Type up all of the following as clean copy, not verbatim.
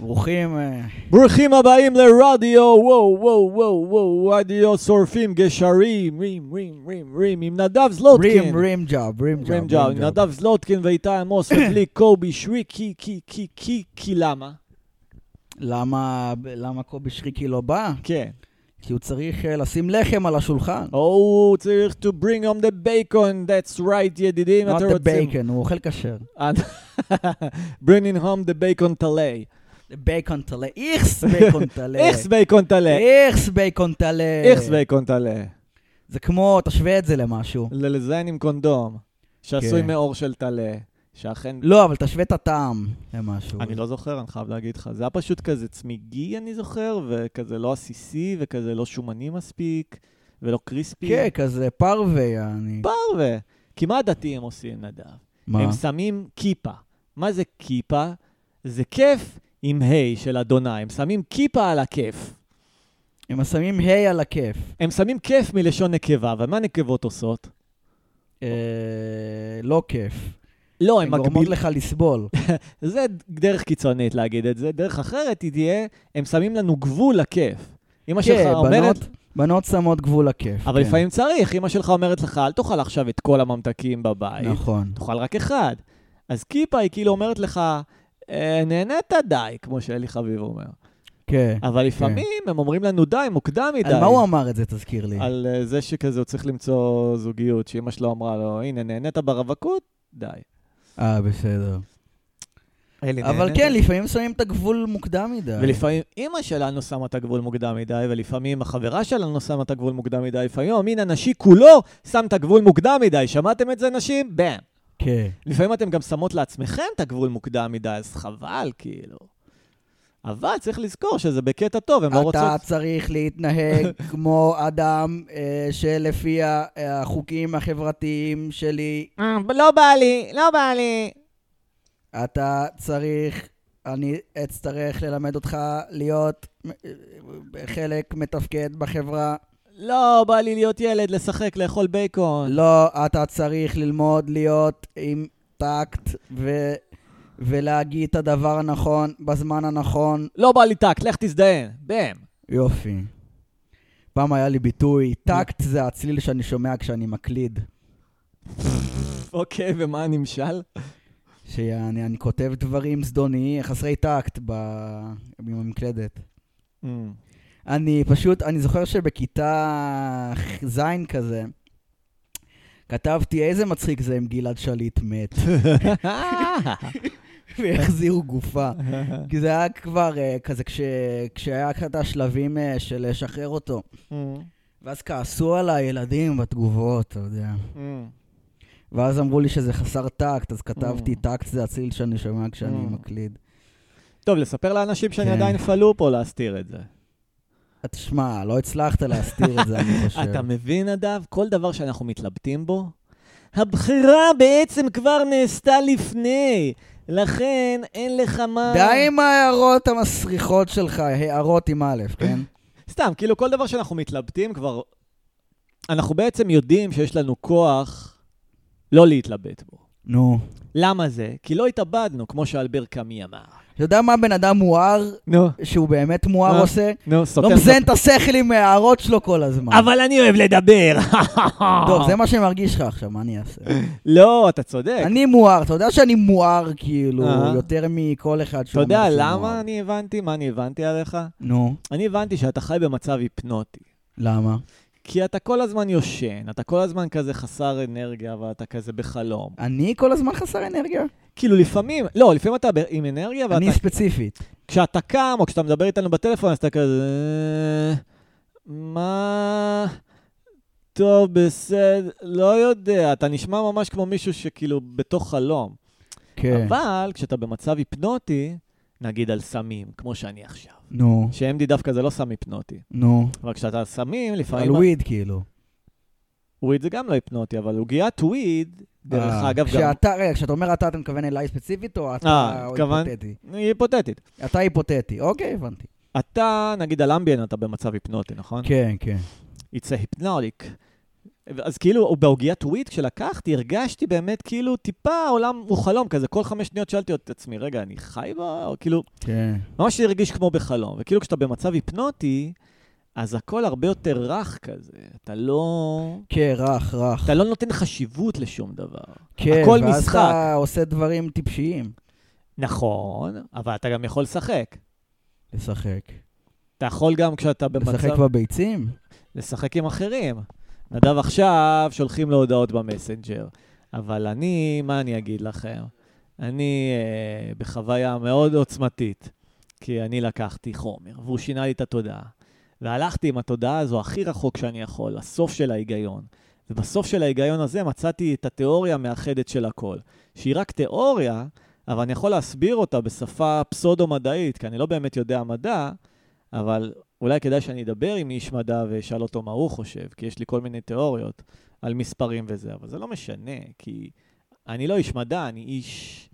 ברוכים הבאים לרדיו, וואו, וואו, וואו, וואו, רדיו שורפים גשרים, רים, עם נדב זלוטקין. רים ג'אב. עם נדב זלוטקין ואיתי עמוס ובלי קובי שריקי, כי למה? למה קובי שריקי לא בא? כן. כי הוא צריך לשים לחם על השולחן. הוא צריך to bring home the bacon, that's right, ידידים. not the bacon, הוא אוכל כשר. bringing home the bacon תלה. בייקון תלה, איכס בייקון תלה. איכס בייקון תלה. זה כמו, תשווה את זה למשהו. לזיין עם קונדום, שעשוי מאור של תלה. שאכן... לא, אבל תשווה את הטעם למשהו. אני לא זוכר, אני חייב להגיד לך. זה היה פשוט כזה צמיגי, אני זוכר, וכזה לא עסיסי, וכזה לא שומני מספיק, ולא קריספי. כן, כזה פרווה. פרווה. כי מה הדתיים עושים, נדב? מה? הם שמים כיפה. מה זה כיפה? זה כיף עם היי של אדוני. הם שמים כיפה על הכיף. הם שמים היי על הכיף. הם שמים כיף מלשון נקבה, ומה נקבות עושות? לא כיף. לא, הם גורמות לך לסבול. זה דרך קיצונית להגיד את זה. דרך אחרת היא תהיה, הם שמים לנו גבול לכיף. אמא שלך אומרת... בנות שמות גבול לכיף. אבל לפעמים צריך. אמא שלך אומרת לך, אל תאכל עכשיו את כל הממתקים בבית. נכון. תאכל רק אחד. אז כיפה היא כאילו אומרת לך, נהנית די, כמו שאלי חביב אומר. כן. אבל לפעמים הם אומרים לנו די, מוקדם מדי. על מה הוא אמר את זה, תזכיר לי? על זה שכזה הוא צריך למצוא זוגיות, שאמא שלו אמרה לו, הנה, נהנית ברווקות? די. בסדר. אבל כן, לפעמים שמים את הגבול מוקדם מדי. ולפעמים אמא שלנו שמה את הגבול מוקדם מדי, ולפעמים החברה שלנו שמה את הגבול מוקדם מדי, לפעמים המין הנשי כולו שם את הגבול מוקדם מדי. שמעתם את זה, נשים? בם. כן. לפעמים אתם גם שמות לעצמכם את הגבול מוקדם מדי, אז חבל, כאילו. אבל צריך לזכור שזה בקטע טוב, הם לא רוצות... אתה צריך להתנהג כמו אדם שלפי החוקים החברתיים שלי. לא בא לי. אתה צריך, אני אצטרך ללמד אותך להיות חלק מתפקד בחברה. לא בא לי להיות ילד, לשחק, לאכול בייקון. לא, אתה צריך ללמוד להיות עם טקט ולהגיד את הדבר הנכון בזמן הנכון. לא בא לי טקט, לך תזדיין. בם. יופי. פעם היה לי ביטוי, טקט זה הצליל שאני שומע כשאני מקליד. אוקיי, ומה הנמשל? שאני כותב דברים זדוניים, חסרי טקט במקלדת. אני זוכר שבכיתה זין כזה, כתבתי איזה מצחיק זה אם גלעד שליט מת. והחזירו גופה. כי זה היה כבר כזה כשהיה את השלבים של לשחרר אותו. ואז כעסו על הילדים בתגובות, אתה יודע. ואז אמרו לי שזה חסר טקט, אז כתבתי טקט זה הצליל שאני שומע כשאני מקליד. טוב, לספר לאנשים שאני עדיין פעלו פה להסתיר את זה. תשמע, לא הצלחת להסתיר את זה, אני חושב. אתה מבין, נדב? כל דבר שאנחנו מתלבטים בו, הבחירה בעצם כבר נעשתה לפני. לכן אין לך מה... די עם ההערות המסריחות שלך, הערות עם א', כן? סתם, כאילו כל דבר שאנחנו מתלבטים כבר... אנחנו בעצם יודעים שיש לנו כוח לא להתלבט בו. נו. למה זה? כי לא התאבדנו, כמו שאלבר קאמי אמר. אתה יודע מה בן אדם מואר, שהוא באמת מואר עושה? לא מזן את השכל עם הערות שלו כל הזמן. אבל אני אוהב לדבר. טוב, זה מה שמרגיש לך עכשיו, מה אני אעשה? לא, אתה צודק. אני מואר, אתה יודע שאני מואר כאילו, יותר מכל אחד שהוא אתה יודע למה אני הבנתי? מה אני הבנתי עליך? נו. אני הבנתי שאתה חי במצב היפנוטי. למה? כי אתה כל הזמן יושן, אתה כל הזמן כזה חסר אנרגיה, ואתה כזה בחלום. אני כל הזמן חסר אנרגיה? כאילו לפעמים, לא, לפעמים אתה עם אנרגיה, ואתה... אני ספציפית. כשאתה קם, או כשאתה מדבר איתנו בטלפון, אז אתה כזה... מה... טוב, בסדר, לא יודע, אתה נשמע ממש כמו מישהו שכאילו בתוך חלום. כן. אבל כשאתה במצב היפנוטי, נגיד על סמים, כמו שאני עכשיו. נו. ש-MD דווקא זה לא סם היפנוטי. נו. אבל כשאתה סמים, לפעמים... על וויד כאילו. וויד זה גם לא היפנוטי, אבל הוגיית וויד, דרך אגב גם... כשאתה אומר אתה מכוון אליי ספציפית, או אתה היפותטי? היא היפותטית. אתה היפותטי, אוקיי, הבנתי. אתה, נגיד על אמביאן, אתה במצב היפנוטי, נכון? כן, כן. It's a hypnotic אז כאילו, בהוגיית וויד, כשלקחתי, הרגשתי באמת כאילו טיפה העולם הוא חלום כזה. כל 5 שניות שאלתי את עצמי, רגע, אני חי בה? או כאילו, ממש הרגיש כמו בחלום. וכאילו, כשאתה במצב היפנוטי, אז הכל הרבה יותר רך כזה. אתה לא... כן, רך. אתה לא נותן חשיבות לשום דבר. כן, הכל ואז משחק. אתה עושה דברים טיפשיים. נכון, אבל אתה גם יכול לשחק. לשחק. אתה יכול גם כשאתה במצב... לשחק בביצים? לשחק עם אחרים. נדב עכשיו שולחים לו הודעות במסנג'ר. אבל אני, מה אני אגיד לכם? אני בחוויה מאוד עוצמתית, כי אני לקחתי חומר, והוא שינה לי את התודעה. והלכתי עם התודעה הזו הכי רחוק שאני יכול, לסוף של ההיגיון. ובסוף של ההיגיון הזה מצאתי את התיאוריה המאחדת של הכל. שהיא רק תיאוריה, אבל אני יכול להסביר אותה בשפה פסודו-מדעית, כי אני לא באמת יודע מדע, אבל אולי כדאי שאני אדבר עם איש מדע ואשאל אותו מה הוא חושב, כי יש לי כל מיני תיאוריות על מספרים וזה, אבל זה לא משנה, כי אני לא איש מדע, אני איש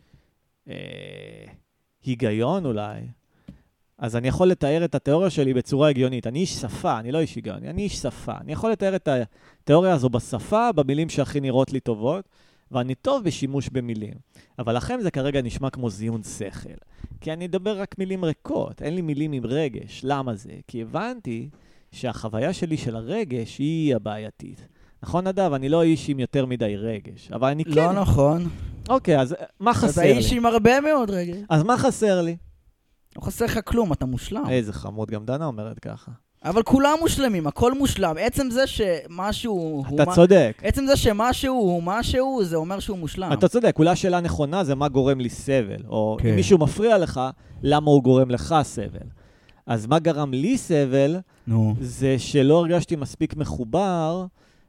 היגיון אולי. אז אני יכול לתאר את התיאוריה שלי בצורה הגיונית. אני איש שפה, אני לא איש היגיון, אני איש שפה. אני יכול לתאר את התיאוריה הזו בשפה, במילים שהכי נראות לי טובות, ואני טוב בשימוש במילים. אבל לכם זה כרגע נשמע כמו זיון שכל. כי אני אדבר רק מילים ריקות, אין לי מילים עם רגש. למה זה? כי הבנתי שהחוויה שלי של הרגש היא הבעייתית. נכון, נדב? אני לא איש עם יותר מדי רגש, אבל אני כן... לא נכון. אוקיי, אז מה חסר לי? אתה איש עם הרבה מאוד רגש. אז מה חסר לי? לא חסר לך כלום, אתה מושלם. איזה חמוד, גם דנה אומרת ככה. אבל כולם מושלמים, הכל מושלם. עצם זה שמשהו... אתה צודק. עצם זה שמשהו הוא משהו, זה אומר שהוא מושלם. אתה צודק, אולי שאלה נכונה זה מה גורם לי סבל, או כן. אם מישהו מפריע לך, למה הוא גורם לך סבל. אז מה גרם לי סבל, זה שלא הרגשתי מספיק מחובר,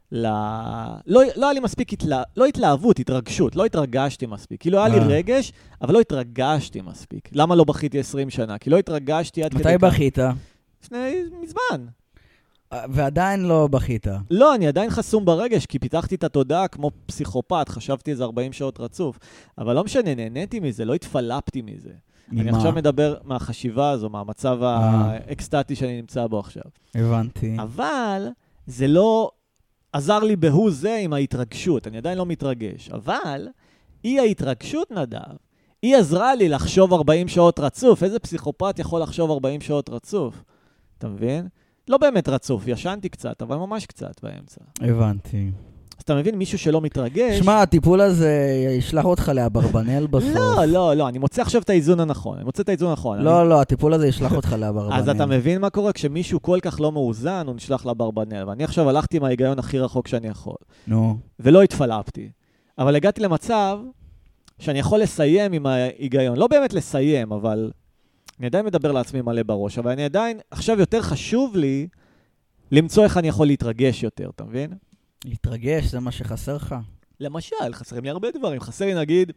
לא היה לי מספיק לא התלהבות, התרגשות, לא התרגשתי מספיק. כאילו היה לי רגש, אבל לא התרגשתי מספיק. למה לא בכיתי 20 שנה? כי לא התרגשתי עד כדי... מתי בכית? מזמן. ועדיין לא בכית. לא, אני עדיין חסום ברגש, כי פיתחתי את התודעה כמו פסיכופת, חשבתי איזה 40 שעות רצוף. אבל לא משנה, נהניתי מזה, לא התפלפתי מזה. אני עכשיו מדבר מהחשיבה הזו, מהמצב האקסטטי שאני נמצא בו עכשיו. הבנתי. אבל זה לא עזר לי בהוא זה עם ההתרגשות, אני עדיין לא מתרגש. אבל אי ההתרגשות, נדב, היא עזרה לי לחשוב 40 שעות רצוף. איזה פסיכופת יכול לחשוב 40 שעות רצוף? אתה מבין? לא באמת רצוף, ישנתי קצת, אבל ממש קצת באמצע. הבנתי. אז אתה מבין, מישהו שלא מתרגש... שמע, הטיפול הזה ישלח אותך לאברבנל בסוף. לא, אני מוצא עכשיו את האיזון הנכון. לא, הטיפול הזה ישלח אותך לאברבנל. אז אתה מבין מה קורה? כשמישהו כל כך לא מאוזן, הוא נשלח לאברבנל. ואני עכשיו הלכתי עם ההיגיון הכי רחוק שאני יכול. נו. ולא התפלפתי. אבל הגעתי למצב שאני יכול לסיים עם ההיגיון. לא באמת לסיים, אבל... אני עדיין מדבר לעצמי מלא בראש, אבל אני עדיין, עכשיו יותר חשוב לי למצוא איך אני יכול להתרגש יותר, אתה מבין? להתרגש, זה מה שחסר לך? למשל, חסרים לי הרבה דברים. חסר לי, נגיד,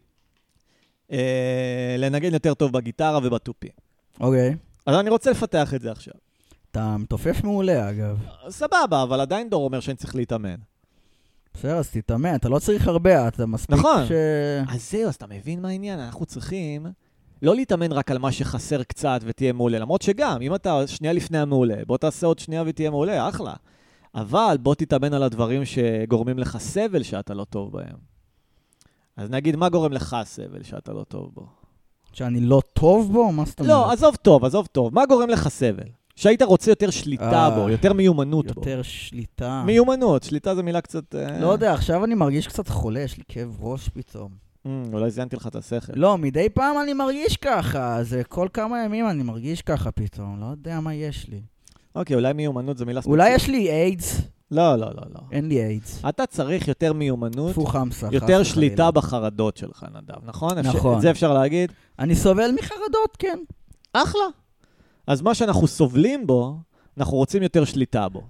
לנגן יותר טוב בגיטרה ובטופים. אוקיי. אז אני רוצה לפתח את זה עכשיו. אתה מתופף מעולה, אגב. סבבה, אבל עדיין דור אומר שאני צריך להתאמן. בסדר, אז תתאמן, אתה לא צריך הרבה, אתה מספיק נכון. אז זהו, אז אתה מבין מה העניין? אנחנו צריכים... לא להתאמן רק על מה שחסר קצת ותהיה מעולה, למרות שגם, אם אתה שנייה לפני המעולה, בוא תעשה עוד שנייה ותהיה מעולה, אחלה. אבל בוא תתאמן על הדברים שגורמים לך סבל שאתה לא טוב בהם. אז נגיד, מה גורם לך סבל שאתה לא טוב בו? שאני לא טוב בו? מה זאת אומרת? לא, עזוב טוב. מה גורם לך סבל? שהיית רוצה יותר שליטה בו, יותר מיומנות בו. יותר שליטה. מיומנות, שליטה זה מילה קצת... לא יודע, עכשיו אני מרגיש קצת חולה, יש לי כאב ראש פתאום. אולי זיינתי לך את השכל. לא, מדי פעם אני מרגיש ככה, זה כל כמה ימים אני מרגיש ככה פתאום, לא יודע מה יש לי. אוקיי, אולי מיומנות זה מילה ספציפית. אולי יש לי איידס? לא. אין לי איידס. אתה צריך יותר מיומנות, פוחמסה, יותר שליטה בחרדות שלך, נדב, נכון? נכון. את זה אפשר להגיד? אני סובל מחרדות, כן. אחלה. אז מה שאנחנו סובלים בו, אנחנו רוצים יותר שליטה בו.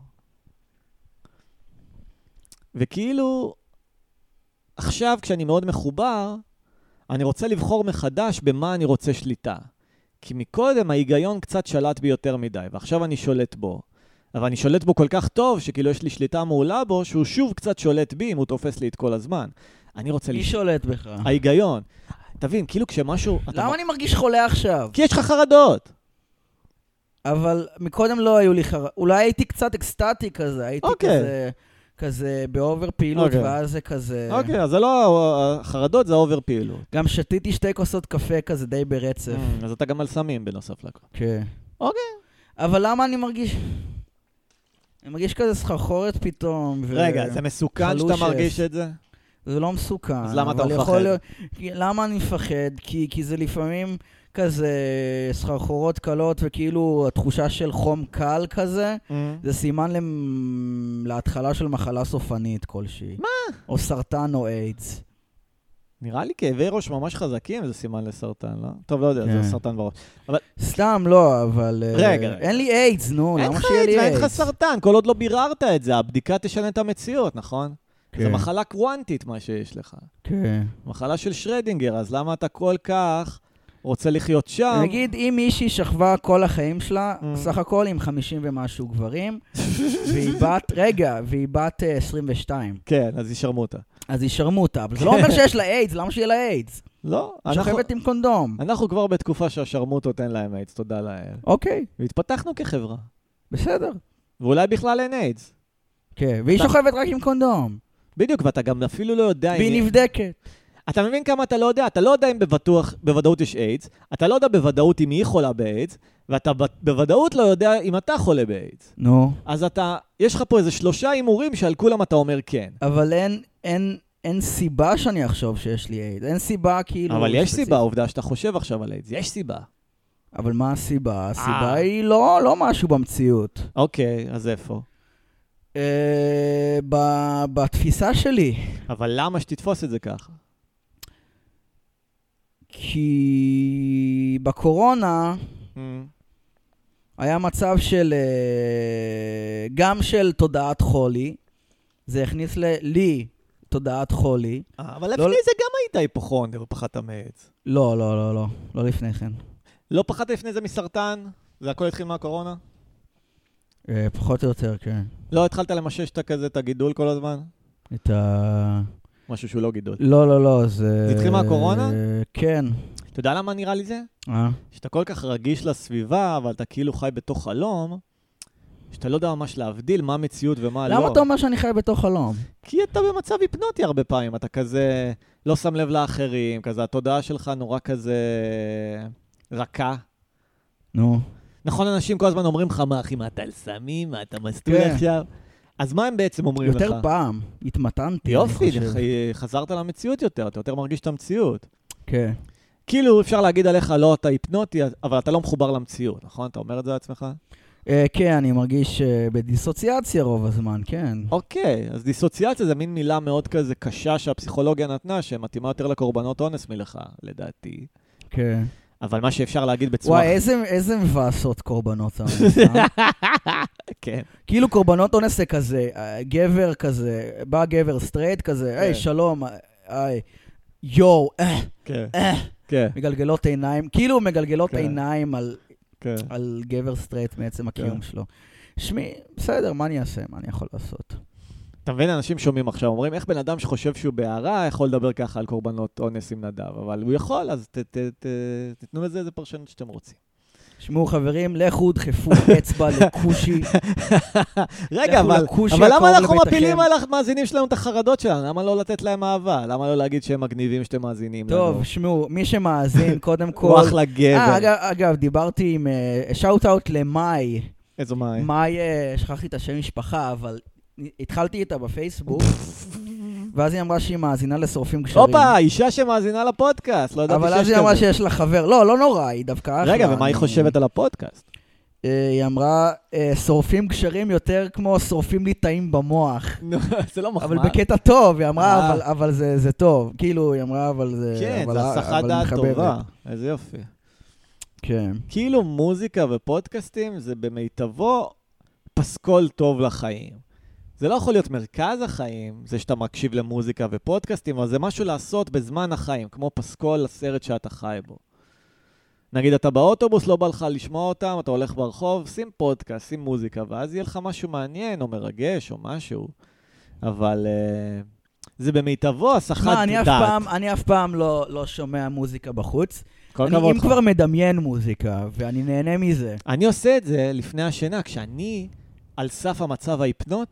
וכאילו... עכשיו, כשאני מאוד מחובר, אני רוצה לבחור מחדש במה אני רוצה שליטה. כי מקודם ההיגיון קצת שלט בי יותר מדי, ועכשיו אני שולט בו. אבל אני שולט בו כל כך טוב, שכאילו יש לי שליטה מעולה בו, שהוא שוב קצת שולט בי, אם הוא תופס לי את כל הזמן. אני רוצה... מי שולט בך? ההיגיון. תבין, כאילו כשמשהו... למה אני מרגיש חולה עכשיו? כי יש לך חרדות. אבל מקודם לא היו לי חרדות. אולי הייתי קצת אקסטטי כזה, הייתי כזה... כזה באובר פעילות, ואז זה כזה... אוקיי, אז זה לא... חרדות זה אובר פעילות. גם שתיתי 2 כוסות קפה כזה די ברצף. אז אתה גם על סמים בנוסף לכל. כן. אוקיי. אבל למה אני מרגיש... אני מרגיש כזה סחרחורת פתאום. רגע, זה מסוכן שאתה מרגיש את זה? זה לא מסוכן. אז למה אתה מפחד? למה אני מפחד? כי זה לפעמים כזה סחרחורות קלות, וכאילו התחושה של חום קל כזה, זה סימן להתחלה של מחלה סופנית כלשהי. מה? או סרטן או איידס. נראה לי כאבי ראש ממש חזקים, זה סימן לסרטן, לא? טוב, לא יודע, זה סרטן בראש. סתם לא, אבל... רגע. אין לי איידס, נו, למה שיהיה לי איידס? אין לך סרטן, כל עוד לא ביררת את זה, הבדיקה תשנה את המציאות, נכון? זו מחלה קוונטית מה שיש לך. כן. מחלה של שרדינגר, אז למה אתה כל כך רוצה לחיות שם? נגיד, אם מישהי שכבה כל החיים שלה, סך הכל עם 50 ומשהו גברים, והיא בת 22. כן, אז היא שרמוטה. אז היא שרמוטה, אבל זה לא אומר שיש לה איידס, למה שיהיה לה איידס? לא. שוכבת עם קונדום. אנחנו כבר בתקופה שהשרמוטות אין להם איידס, תודה לאל. אוקיי. והתפתחנו כחברה. בסדר. ואולי בכלל אין איידס. כן, והיא שוכבת רק עם קונדום. בדיוק, ואתה גם אפילו לא יודע... והיא נבדקת. אתה מבין כמה אתה לא יודע? אתה לא יודע אם בוודאות יש איידס, אתה לא יודע בוודאות אם היא חולה באיידס, ואתה בוודאות לא יודע אם אתה חולה באיידס. נו. אז יש לך פה איזה 3 הימורים שעל כולם אתה אומר כן. אבל אין סיבה שאני אחשוב שיש לי איידס. אין סיבה כאילו... אבל יש סיבה, העובדה שאתה חושב עכשיו על איידס. יש סיבה. אבל מה הסיבה? הסיבה היא לא משהו במציאות. אוקיי, אז איפה? בתפיסה שלי. אבל למה שתתפוס את זה ככה? כי בקורונה היה מצב של גם של תודעת חולי, זה הכניס לי תודעת חולי. אבל לפני זה גם היית היפוכונדר ופחדת מאיידס. לא לפני כן. לא פחדת לפני זה מסרטן? זה הכל התחיל מהקורונה? פחות או יותר, כן. לא התחלת למשש את הגידול כל הזמן? משהו שהוא לא גידול. לא, זה... זה התחיל מהקורונה? כן. אתה יודע למה נראה לי זה? שאתה כל כך רגיש לסביבה, אבל אתה כאילו חי בתוך חלום, שאתה לא יודע ממש להבדיל מה המציאות ומה לא. למה אתה אומר שאני חי בתוך חלום? כי אתה במצב היפנוטי הרבה פעמים, אתה כזה לא שם לב לאחרים, כזה התודעה שלך נורא כזה רכה. נו. נכון, אנשים כל הזמן אומרים לך, מה אחי, מה אתה על סמים, מה אתה מסטול עכשיו? אז מה הם בעצם אומרים לך? יותר פעם, התמתנתי. יופי, חזרת למציאות יותר, אתה יותר מרגיש את המציאות. כן. כאילו אפשר להגיד עליך, לא, אתה היפנוטי, אבל אתה לא מחובר למציאות, נכון? אתה אומר את זה לעצמך? כן, אני מרגיש בדיסוציאציה רוב הזמן, כן. אוקיי, אז דיסוציאציה זה מין מילה מאוד כזה קשה שהפסיכולוגיה נתנה, שמתאימה יותר לקורבנות אונס מלך, לדעתי. כן. אבל מה שאפשר להגיד בצורה... וואי, איזה מבאסות קורבנות אונס, כן. כאילו קורבנות אונס זה כזה, גבר כזה, בא גבר סטרייט כזה, היי, שלום, היי, יו, מגלגלות עיניים, כאילו מגלגלות עיניים על גבר סטרייט מעצם הקיום שלו. שמי, בסדר, מה אני אעשה? מה אני יכול לעשות? אתה מבין, אנשים שומעים עכשיו, אומרים, איך בן אדם שחושב שהוא בהערה יכול לדבר ככה על קורבנות אונס עם נדב, אבל הוא יכול, אז תתנו לזה איזה פרשנות שאתם רוצים. שמעו חברים, לכו דחפו אצבע לקושי. רגע, אבל למה אנחנו מפילים על המאזינים שלנו את החרדות שלנו? למה לא לתת להם אהבה? למה לא להגיד שהם מגניבים שאתם מאזינים לנו? טוב, שמעו, מי שמאזין, קודם כל... הוא אחלה גבר. אגב, דיברתי עם... שאוט-אאוט למאי. איזו מאי? מאי, שכחתי את השם משפחה, אבל התחלתי איתה בפייסבוק, ואז היא אמרה שהיא מאזינה לשורפים גשרים. הופה, אישה שמאזינה לפודקאסט. אבל אז היא אמרה שיש לה חבר. לא נורא, היא דווקא... רגע, ומה היא חושבת על הפודקאסט? היא אמרה, שורפים גשרים יותר כמו שורפים לי תאים במוח. זה לא מחמאה. אבל בקטע טוב, היא אמרה, אבל זה טוב. כאילו, היא אמרה, אבל זה... כן, זה הסחת דעת טובה. איזה יופי. כן. כאילו מוזיקה ופודקאסטים זה במיטבו פסקול טוב לחיים. זה לא יכול להיות מרכז החיים, זה שאתה מקשיב למוזיקה ופודקאסטים, אבל זה משהו לעשות בזמן החיים, כמו פסקול לסרט שאתה חי בו. נגיד, אתה באוטובוס, לא בא לך לשמוע אותם, אתה הולך ברחוב, שים פודקאסט, שים מוזיקה, ואז יהיה לך משהו מעניין או מרגש או משהו. אבל זה במיטבו, הסחת דעת. אני אף פעם לא שומע מוזיקה בחוץ. אם כבר מדמיין מוזיקה, ואני נהנה מזה. אני עושה את זה לפני השינה, כשאני על סף המצב ההיפנוטי,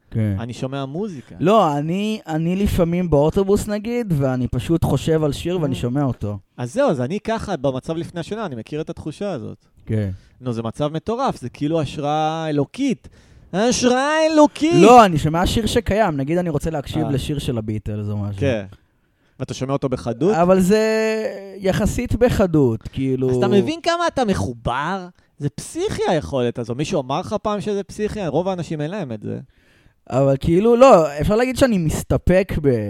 כן. אני שומע מוזיקה. לא, אני לפעמים באוטובוס נגיד, ואני פשוט חושב על שיר ואני שומע אותו. אז זהו, אז אני ככה, במצב לפני השינה, אני מכיר את התחושה הזאת. כן. נו, זה מצב מטורף, זה כאילו השראה אלוקית. השראה אלוקית! לא, אני שומע שיר שקיים. נגיד אני רוצה להקשיב לשיר של הביטלס או משהו. כן. ואתה שומע אותו בחדות? אבל זה יחסית בחדות, כאילו... אז אתה מבין כמה אתה מחובר? זה פסיכי היכולת הזו. מישהו אמר לך פעם שזה פסיכי? רוב האנשים אין להם את זה. אבל כאילו, לא, אפשר להגיד שאני מסתפק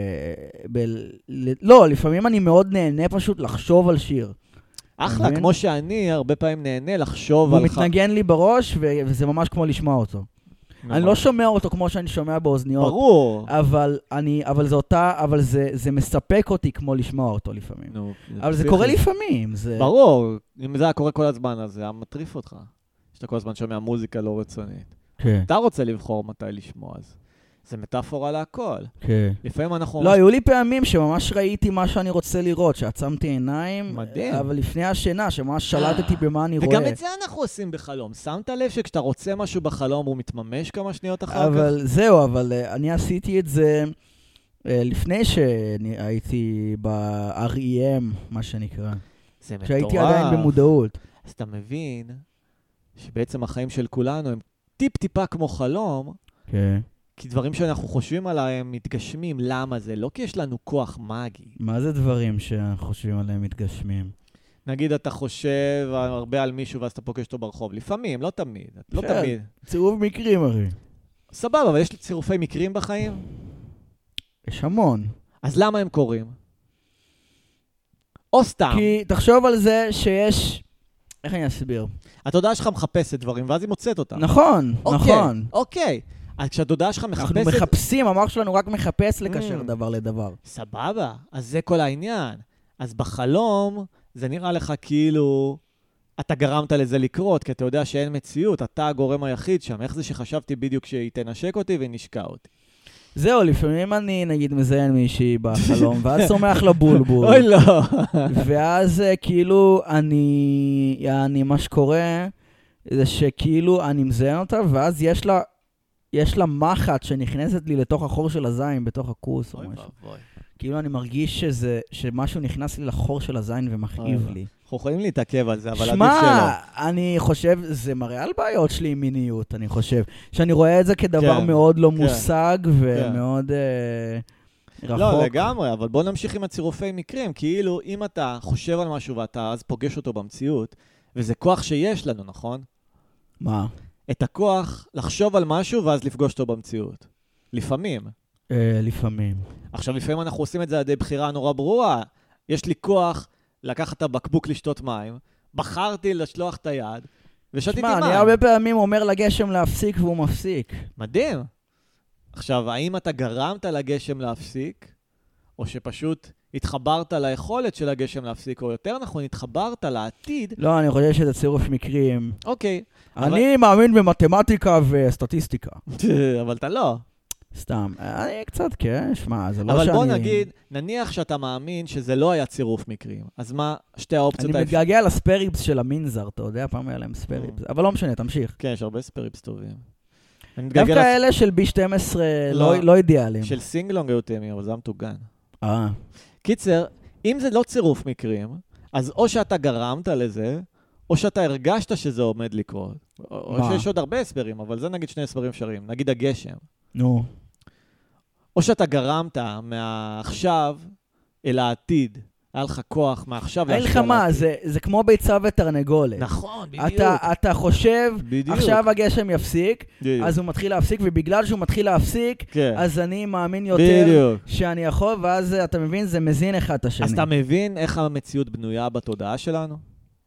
לא, לפעמים אני מאוד נהנה פשוט לחשוב על שיר. אחלה, כמו שאני הרבה פעמים נהנה לחשוב על... הוא מתנגן לי בראש, וזה ממש כמו לשמוע אותו. אני לא שומע אותו כמו שאני שומע באוזניות. ברור. אבל זה מספק אותי כמו לשמוע אותו לפעמים. אבל זה קורה לפעמים. ברור. אם זה היה קורה כל הזמן, אז זה היה מטריף אותך. שאתה כל הזמן שומע מוזיקה לא רצונית. אתה רוצה לבחור מתי לשמוע, אז זה מטאפורה להכל. לפעמים אנחנו... לא, היו לי פעמים שממש ראיתי מה שאני רוצה לראות, שעצמתי עיניים. מדהים. אבל לפני השינה, שממש שלטתי במה אני רואה. וגם את זה אנחנו עושים בחלום. שמת לב שכשאתה רוצה משהו בחלום, הוא מתממש כמה שניות אחר כך? אבל זהו, אבל אני עשיתי את זה לפני שהייתי ב-REM, מה שנקרא. זה מטורף. שהייתי עדיין במודעות. אז אתה מבין שבעצם החיים של כולנו הם טיפ-טיפה כמו חלום, כן. כי דברים שאנחנו חושבים עליהם מתגשמים. למה זה? לא כי יש לנו כוח מגי. מה זה דברים שאנחנו חושבים עליהם מתגשמים? נגיד אתה חושב הרבה על מישהו ואז אתה פוגש אותו ברחוב. לפעמים, לא תמיד. לא תמיד. צירוף מקרים הרי. סבבה, אבל יש לי צירופי מקרים בחיים? יש המון. אז למה הם קורים? או סתם. כי תחשוב על זה שיש... איך אני אסביר? התודעה שלך מחפשת דברים, ואז היא מוצאת אותם. נכון, נכון. אוקיי. אז כשהתודעה שלך מחפשת... אנחנו מחפשים, המוח שלנו רק מחפש לקשר דבר לדבר. סבבה, אז זה כל העניין. אז בחלום, זה נראה לך כאילו אתה גרמת לזה לקרות, כי אתה יודע שאין מציאות, אתה הגורם היחיד שם. איך זה שחשבתי בדיוק שהיא תנשק אותי ונשקע אותי? זהו, לפעמים אני נגיד מזיין מישהי בחלום, ואז צומח לה בולבול. אוי לא. ואז כאילו מה שקורה, זה שכאילו אני מזיין אותה, ואז יש לה מחט שנכנסת לי לתוך החור של הזין, בתוך הכוס או משהו. כאילו אני מרגיש שמשהו נכנס לי לחור של הזין ומכאיב לי. אנחנו יכולים להתעכב על זה, אבל עדיף שלא. שמע, אני חושב, זה מראה על בעיות שלי עם מיניות, אני חושב. שאני רואה את זה כדבר מאוד לא מושג ומאוד רחוק. לא, לגמרי, אבל בוא נמשיך עם הצירופי מקרים. כאילו, אם אתה חושב על משהו ואתה אז פוגש אותו במציאות, וזה כוח שיש לנו, נכון? מה? את הכוח לחשוב על משהו ואז לפגוש אותו במציאות. לפעמים. לפעמים. עכשיו, לפעמים אנחנו עושים את זה על ידי בחירה נורא ברורה. יש לי כוח לקחת את הבקבוק לשתות מים, בחרתי לשלוח את היד, ושתיתי מים. שמע, אני הרבה פעמים אומר לגשם להפסיק והוא מפסיק. מדהים. עכשיו, האם אתה גרמת לגשם להפסיק, או שפשוט התחברת ליכולת של הגשם להפסיק, או יותר נכון, התחברת לעתיד? לא, אני חושב שזה צירוף מקרים. אוקיי. אני מאמין במתמטיקה וסטטיסטיקה. אבל אתה לא. סתם. אני קצת, כן, שמע, זה לא שאני... אבל בוא נגיד, נניח שאתה מאמין שזה לא היה צירוף מקרים. אז מה שתי האופציות... אני מתגעגע לספריפס של המינזר, אתה יודע, פעם היה להם ספריפס. אבל לא משנה, תמשיך. כן, יש הרבה ספריפס טובים. דווקא אלה של B12 לא אידיאליים. של סינגלונג היו תאמים, אבל זה המתוגן. קיצר, אם זה לא צירוף מקרים, אז או שאתה גרמת לזה, או שאתה הרגשת שזה עומד לקרות. או שיש עוד הרבה הסברים, אבל זה נגיד שני הסברים אפשריים. נגיד הגשם. נו. או שאתה גרמת מעכשיו אל העתיד. היה לך כוח מעכשיו להשקיע לעתיד. אין לך מה, זה כמו ביצה ותרנגולת. נכון, בדיוק. אתה חושב, בדיוק. עכשיו הגשם יפסיק, בדיוק. אז הוא מתחיל להפסיק, ובגלל שהוא מתחיל להפסיק, כן. אז אני מאמין יותר בדיוק. שאני יכול, ואז אתה מבין, זה מזין אחד את השני. אז אתה מבין איך המציאות בנויה בתודעה שלנו?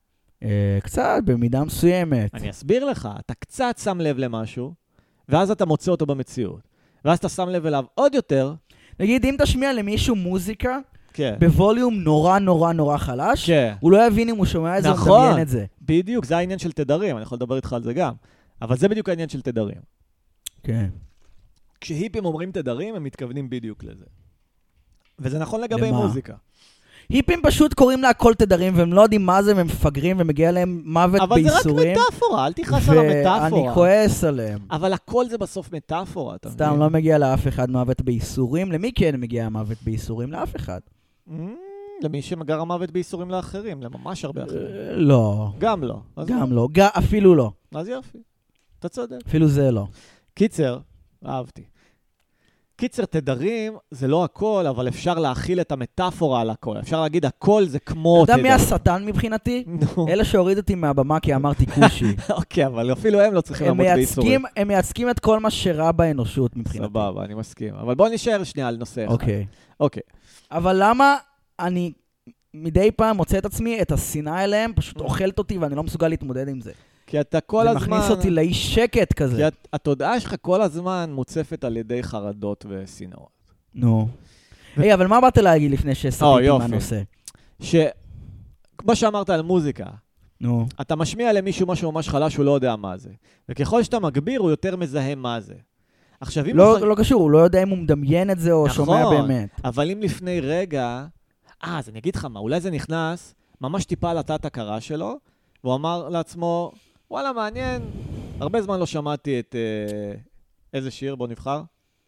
קצת, במידה מסוימת. אני אסביר לך, אתה קצת שם לב למשהו, ואז אתה מוצא אותו במציאות. ואז אתה שם לב אליו עוד יותר. נגיד, אם תשמיע למישהו מוזיקה, כן. בווליום נורא נורא נורא חלש, כן. הוא לא יבין אם הוא שומע את זה, נכון. הוא מדמיין את זה. בדיוק, זה העניין של תדרים, אני יכול לדבר איתך על זה גם. אבל זה בדיוק העניין של תדרים. כן. כשהיפים אומרים תדרים, הם מתכוונים בדיוק לזה. וזה נכון לגבי מוזיקה. היפים פשוט קוראים להכל תדרים, והם לא יודעים מה זה, והם מפגרים, ומגיע להם מוות בייסורים. אבל זה רק מטאפורה, אל תכעס על המטאפורה. ואני כועס עליהם. אבל הכל זה בסוף מטאפורה, אתה מבין? סתם, לא מגיע לאף אחד מוות בייסורים. למי כן מגיע מוות בייסורים? לאף אחד. למי שמגר המוות בייסורים לאחרים, לממש הרבה אחרים. לא. גם לא. גם לא. אפילו לא. אז יופי. אתה צודק. אפילו זה לא. קיצר, אהבתי. קיצר, תדרים זה לא הכל, אבל אפשר להכיל את המטאפורה על הכל. אפשר להגיד הכל זה כמו אתה יודע תדרים. מי השטן מבחינתי? אלה שהוריד אותי מהבמה כי אמרתי קושי. אוקיי, אבל אפילו הם לא צריכים לעמוד בייסורים. הם מייצגים את כל מה שרע באנושות מבחינתי. סבבה, אני מסכים. אבל בוא נשאר שנייה על נושא אחד. אוקיי. אבל למה אני מדי פעם מוצא את עצמי, את השנאה אליהם, פשוט אוכלת אותי ואני לא מסוגל להתמודד עם זה. כי אתה כל הזמן... זה מכניס אותי לאי שקט כזה. כי התודעה שלך כל הזמן מוצפת על ידי חרדות ושנאות. נו. היי, אבל מה באת להגיד לפני שסתיתי מהנושא? כמו שאמרת על מוזיקה, נו. אתה משמיע למישהו משהו ממש חלש, הוא לא יודע מה זה. וככל שאתה מגביר, הוא יותר מזהה מה זה. עכשיו, אם לא קשור, הוא לא יודע אם הוא מדמיין את זה או שומע באמת. אבל אם לפני רגע... אז אני אגיד לך מה, אולי זה נכנס ממש טיפה על התת הכרה שלו, והוא אמר לעצמו, וואלה, מעניין, הרבה זמן לא שמעתי את... איזה שיר? בוא נבחר.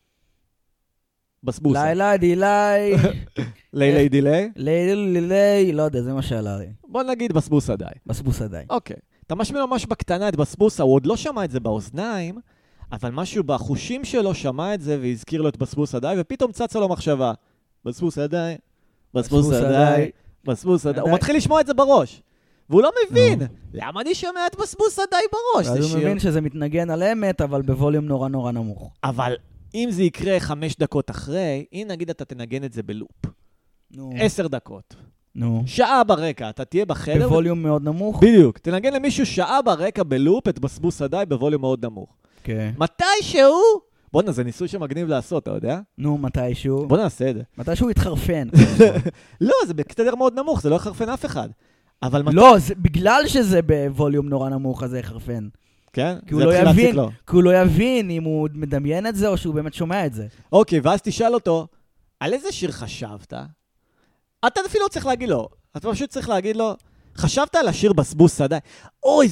בסבוסה. לילה דילי. לילי דילי? לילי דילי, לא יודע, זה מה שעלה לי. בוא נגיד בסבוסה די. בסבוסה די. אוקיי. אתה משמיע ממש בקטנה את בסבוסה, הוא עוד לא שמע את זה באוזניים, אבל משהו בחושים שלו שמע את זה והזכיר לו את בסבוסה די, ופתאום צצה לו מחשבה. בסבוסה די. בסבוסה די. בסבוסה די. הוא מתחיל לשמוע את זה בראש. והוא לא מבין, למה אני שומע את בסבוסה די בראש? אז הוא מבין שזה מתנגן על אמת, אבל בווליום נורא נורא נמוך. אבל אם זה יקרה 5 דקות אחרי, אם נגיד אתה תנגן את זה בלופ. 10 דקות. שעה ברקע, אתה תהיה בחדר. בווליום מאוד נמוך? בדיוק. תנגן למישהו שעה ברקע בלופ את בסבוסה די בווליום מאוד נמוך. מתישהו... בוא זה ניסוי שמגניב לעשות, אתה יודע? נו, מתישהו. בוא נעשה את זה. מתישהו יתחרפן. לא, זה בקטדר מאוד נמוך, זה לא יחרפן אף אחד. אבל לא, בגלל שזה בווליום נורא נמוך, אז זה יחרפן. כן? כי הוא לא יבין אם הוא מדמיין את זה או שהוא באמת שומע את זה. אוקיי, ואז תשאל אותו, על איזה שיר חשבת? אתה אפילו צריך להגיד לו, אתה פשוט צריך להגיד לו, חשבת על השיר בסבוסה די? אוי,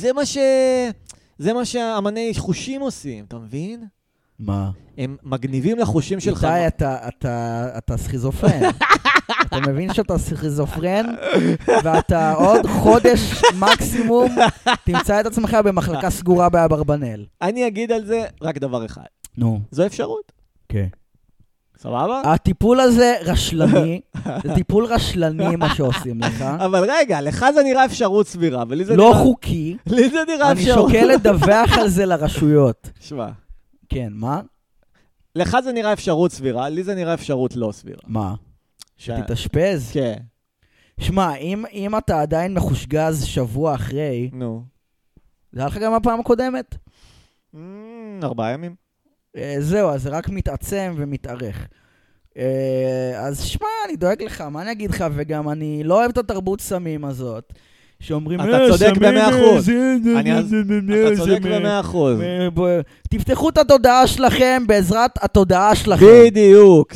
זה מה שהאמני חושים עושים, אתה מבין? מה? הם מגניבים לחושים שלך. איתי, אתה סכיזופרן. אתה מבין שאתה סכיזופרן, ואתה עוד חודש מקסימום תמצא את עצמך במחלקה סגורה באברבנל. אני אגיד על זה רק דבר אחד. נו. זו אפשרות. כן. סבבה? הטיפול הזה רשלני, זה טיפול רשלני מה שעושים לך. אבל רגע, לך זה נראה אפשרות סבירה, ולי זה לא חוקי. לי זה נראה אפשרות. אני שוקל לדווח על זה לרשויות. שמע. כן, מה? לך זה נראה אפשרות סבירה, לי זה נראה אפשרות לא סבירה. מה? שתתאשפז? כן. שמע, אם אתה עדיין מחושגז שבוע אחרי, נו. זה היה לך גם הפעם הקודמת? 4 ימים. זהו, אז זה רק מתעצם ומתארך. אז שמע, אני דואג לך, מה אני אגיד לך? וגם אני לא אוהב את התרבות סמים הזאת. שאומרים, אתה צודק ב100%. אתה צודק ב100%. תפתחו את התודעה שלכם בעזרת התודעה שלכם. בדיוק.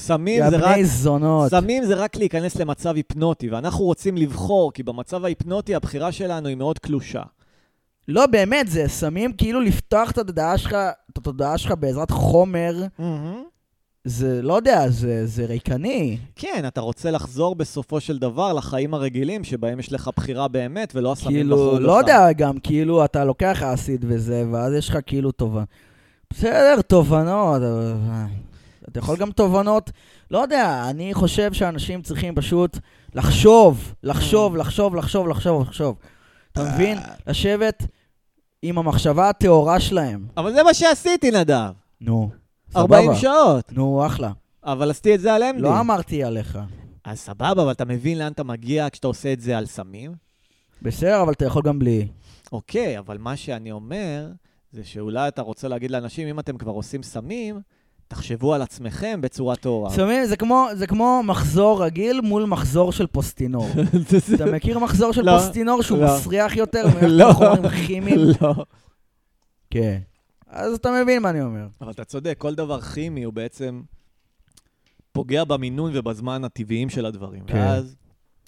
סמים זה רק להיכנס למצב היפנוטי, ואנחנו רוצים לבחור, כי במצב ההיפנוטי הבחירה שלנו היא מאוד קלושה. לא, באמת, זה סמים כאילו לפתוח את התודעה שלך בעזרת חומר. זה, לא יודע, זה ריקני. כן, אתה רוצה לחזור בסופו של דבר לחיים הרגילים, שבהם יש לך בחירה באמת, ולא הסמים בחור בך. לא יודע, גם כאילו אתה לוקח אסיד וזה, ואז יש לך כאילו תובנות. בסדר, תובנות. אתה יכול גם תובנות. לא יודע, אני חושב שאנשים צריכים פשוט לחשוב. אתה מבין? לשבת עם המחשבה התיאורה שלהם. אבל זה מה שעשיתי, נדב. נו. 40 שעות. נו, אחלה. אבל עשיתי את זה על MD. לא אמרתי עליך. אז סבבה, אבל אתה מבין לאן אתה מגיע כשאתה עושה את זה על סמים? בסדר, אבל אתה יכול גם בלי. אוקיי, אבל מה שאני אומר, זה שאולי אתה רוצה להגיד לאנשים, אם אתם כבר עושים סמים, תחשבו על עצמכם בצורה טובה. סמים, זה כמו מחזור רגיל מול מחזור של פוסטינור. אתה מכיר מחזור של פוסטינור שהוא מסריח יותר מחומרים כימיים? לא. כן. אז אתה מבין מה אני אומר. אבל אתה צודק, כל דבר כימי הוא בעצם פוגע במינון ובזמן הטבעיים של הדברים. ואז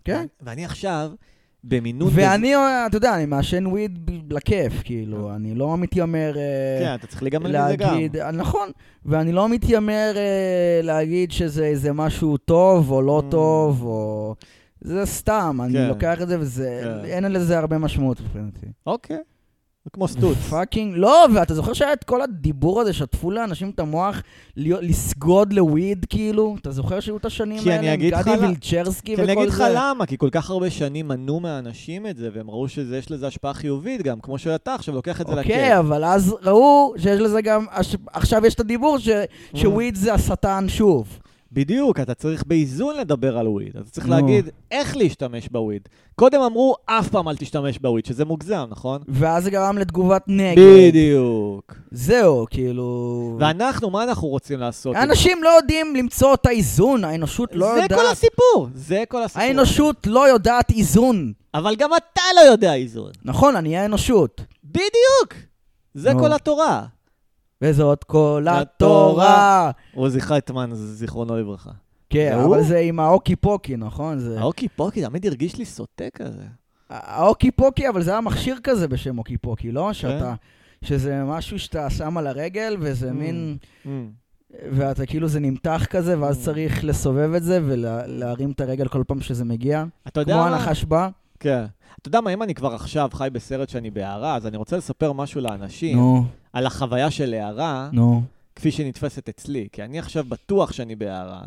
כן. ואני עכשיו במינון... ואני, אתה יודע, אני מעשן וויד לכיף, כאילו, אני לא מתיימר... כן, אתה צריך לגמרי לזה גם. נכון, ואני לא מתיימר להגיד שזה משהו טוב או לא טוב, או... זה סתם, אני לוקח את זה וזה... אין לזה הרבה משמעות, לפעמים. אוקיי. זה כמו סטוץ. פאקינג, לא, ואתה זוכר שהיה את כל הדיבור הזה, שטפו לאנשים את המוח לסגוד לוויד, כאילו? אתה זוכר שהיו את השנים האלה עם גדי וילצ'רסקי וכל זה? כי אני אגיד לך למה, כי כל כך הרבה שנים מנעו מהאנשים את זה, והם ראו שיש לזה השפעה חיובית גם, כמו שאתה עכשיו לוקח את זה לכיף. אוקיי, אבל אז ראו שיש לזה גם, עכשיו יש את הדיבור שוויד זה השטן שוב. בדיוק, אתה צריך באיזון לדבר על וויד. אתה צריך להגיד איך להשתמש בוויד. קודם אמרו, אף פעם אל תשתמש בוויד, שזה מוגזם, נכון? ואז זה גרם לתגובת נגד. בדיוק. זהו, כאילו... ואנחנו, מה אנחנו רוצים לעשות? אנשים לא יודעים למצוא את האיזון, האנושות לא יודעת... זה כל הסיפור, זה כל הסיפור. האנושות לא יודעת איזון. אבל גם אתה לא יודע איזון. נכון, אני האנושות. בדיוק. זה כל התורה. וזאת כל התורה. הוא זיכרון, זיכרונו לברכה. כן, אבל זה עם האוקי פוקי, נכון? האוקי פוקי, תמיד הרגיש לי סוטה כזה. האוקי פוקי, אבל זה היה מכשיר כזה בשם אוקי פוקי, לא? שזה משהו שאתה שם על הרגל, וזה מין... ואתה כאילו זה נמתח כזה, ואז צריך לסובב את זה, ולהרים את הרגל כל פעם שזה מגיע. כמו הנחש בא. כן. אתה יודע מה, אם אני כבר עכשיו חי בסרט שאני בהערה, אז אני רוצה לספר משהו לאנשים על החוויה של הערה, כפי שנתפסת אצלי. כי אני עכשיו בטוח שאני בהערה.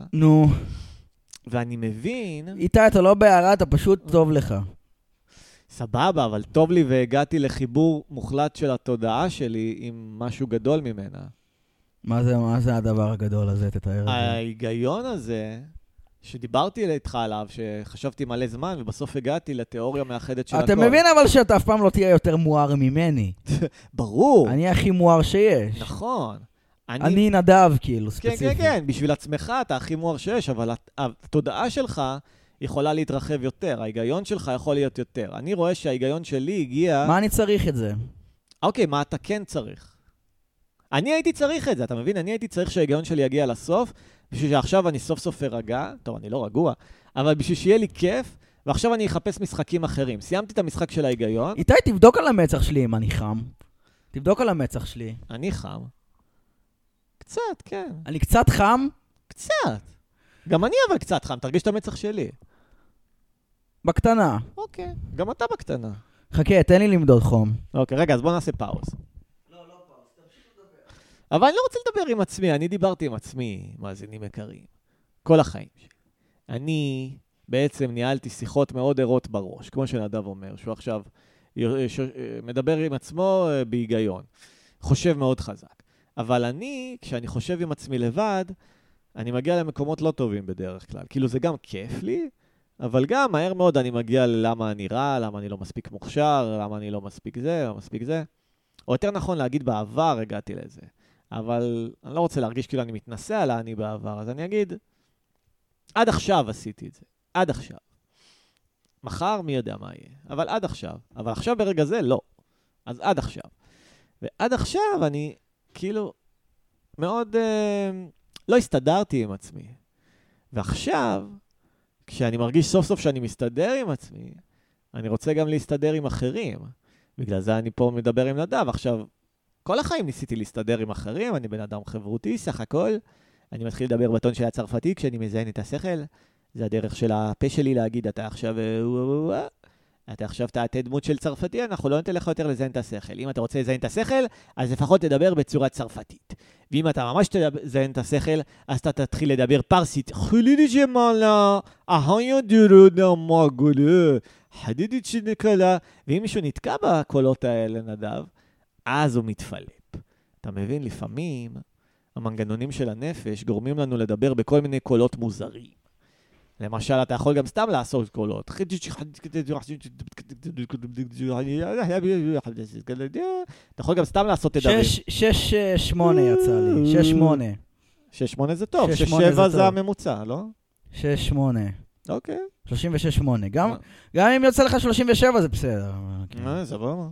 ואני מבין... איתי, אתה לא בהערה, אתה פשוט טוב לך. סבבה, אבל טוב לי והגעתי לחיבור מוחלט של התודעה שלי עם משהו גדול ממנה. מה זה הדבר הגדול הזה? תתאר את זה. ההיגיון הזה... שדיברתי איתך עליו, שחשבתי מלא זמן, ובסוף הגעתי לתיאוריה מאחדת של הכל. אתה מבין אבל שאתה אף פעם לא תהיה יותר מואר ממני. ברור. אני הכי מואר שיש. נכון. אני נדב, כאילו, ספציפי. כן, כן, כן. בשביל עצמך אתה הכי מואר שיש, אבל התודעה שלך יכולה להתרחב יותר. ההיגיון שלך יכול להיות יותר. אני רואה שההיגיון שלי הגיע... מה אני צריך את זה? אוקיי, מה אתה כן צריך? אני הייתי צריך את זה, אתה מבין? אני הייתי צריך שההיגיון שלי יגיע לסוף, בשביל שעכשיו אני סוף סוף ארגע, טוב, אני לא רגוע, אבל בשביל שיהיה לי כיף, ועכשיו אני אחפש משחקים אחרים. סיימתי את המשחק של ההיגיון. איתי, תבדוק על המצח שלי אם אני חם. תבדוק על המצח שלי. אני חם. קצת, כן. אני קצת חם? קצת. גם אני אבל קצת חם, תרגיש את המצח שלי. בקטנה. אוקיי, גם אתה בקטנה. חכה, תן לי למדוד חום. אוקיי, רגע, אז בוא נעשה פאוז. אבל אני לא רוצה לדבר עם עצמי, אני דיברתי עם עצמי, מאזינים יקרים, כל החיים שלי. אני בעצם ניהלתי שיחות מאוד ערות בראש, כמו שנדב אומר, שהוא עכשיו מדבר עם עצמו בהיגיון, חושב מאוד חזק. אבל אני, כשאני חושב עם עצמי לבד, אני מגיע למקומות לא טובים בדרך כלל. כאילו זה גם כיף לי, אבל גם מהר מאוד אני מגיע ללמה אני רע, למה אני לא מספיק מוכשר, למה אני לא מספיק זה, לא מספיק זה. או יותר נכון להגיד בעבר הגעתי לזה. אבל אני לא רוצה להרגיש כאילו אני מתנסה על אני בעבר, אז אני אגיד, עד עכשיו עשיתי את זה, עד עכשיו. מחר מי יודע מה יהיה, אבל עד עכשיו. אבל עכשיו ברגע זה לא. אז עד עכשיו. ועד עכשיו אני כאילו מאוד לא הסתדרתי עם עצמי. ועכשיו, כשאני מרגיש סוף סוף שאני מסתדר עם עצמי, אני רוצה גם להסתדר עם אחרים. בגלל זה אני פה מדבר עם נדב. עכשיו, כל החיים ניסיתי להסתדר עם אחרים, אני בן אדם חברותי, סך הכל. אני מתחיל לדבר בטון של הצרפתי כשאני מזיין את השכל. זה הדרך של הפה שלי להגיד, אתה עכשיו תעתה דמות של צרפתי, אנחנו לא ניתן לך יותר לזיין את השכל. אם אתה רוצה לזיין את השכל, אז לפחות תדבר בצורה צרפתית. ואם אתה ממש תזיין את השכל, אז אתה תתחיל לדבר פרסית. חלידי שמאלה, אהיו דירודה מגולה, חדידית שנקלה. ואם מישהו נתקע בקולות האלה, נדב, אז הוא מתפלפ. אתה מבין, לפעמים המנגנונים של הנפש גורמים לנו לדבר בכל מיני קולות מוזרים. למשל, אתה יכול גם סתם לעשות קולות. אתה יכול גם סתם לעשות תדרים. 6-8 יצא לי, 6-8. 6-8 זה טוב, 6-7 זה הממוצע, לא? 6-8. אוקיי. 36-8. גם אם יוצא לך 37 זה בסדר. סבבה.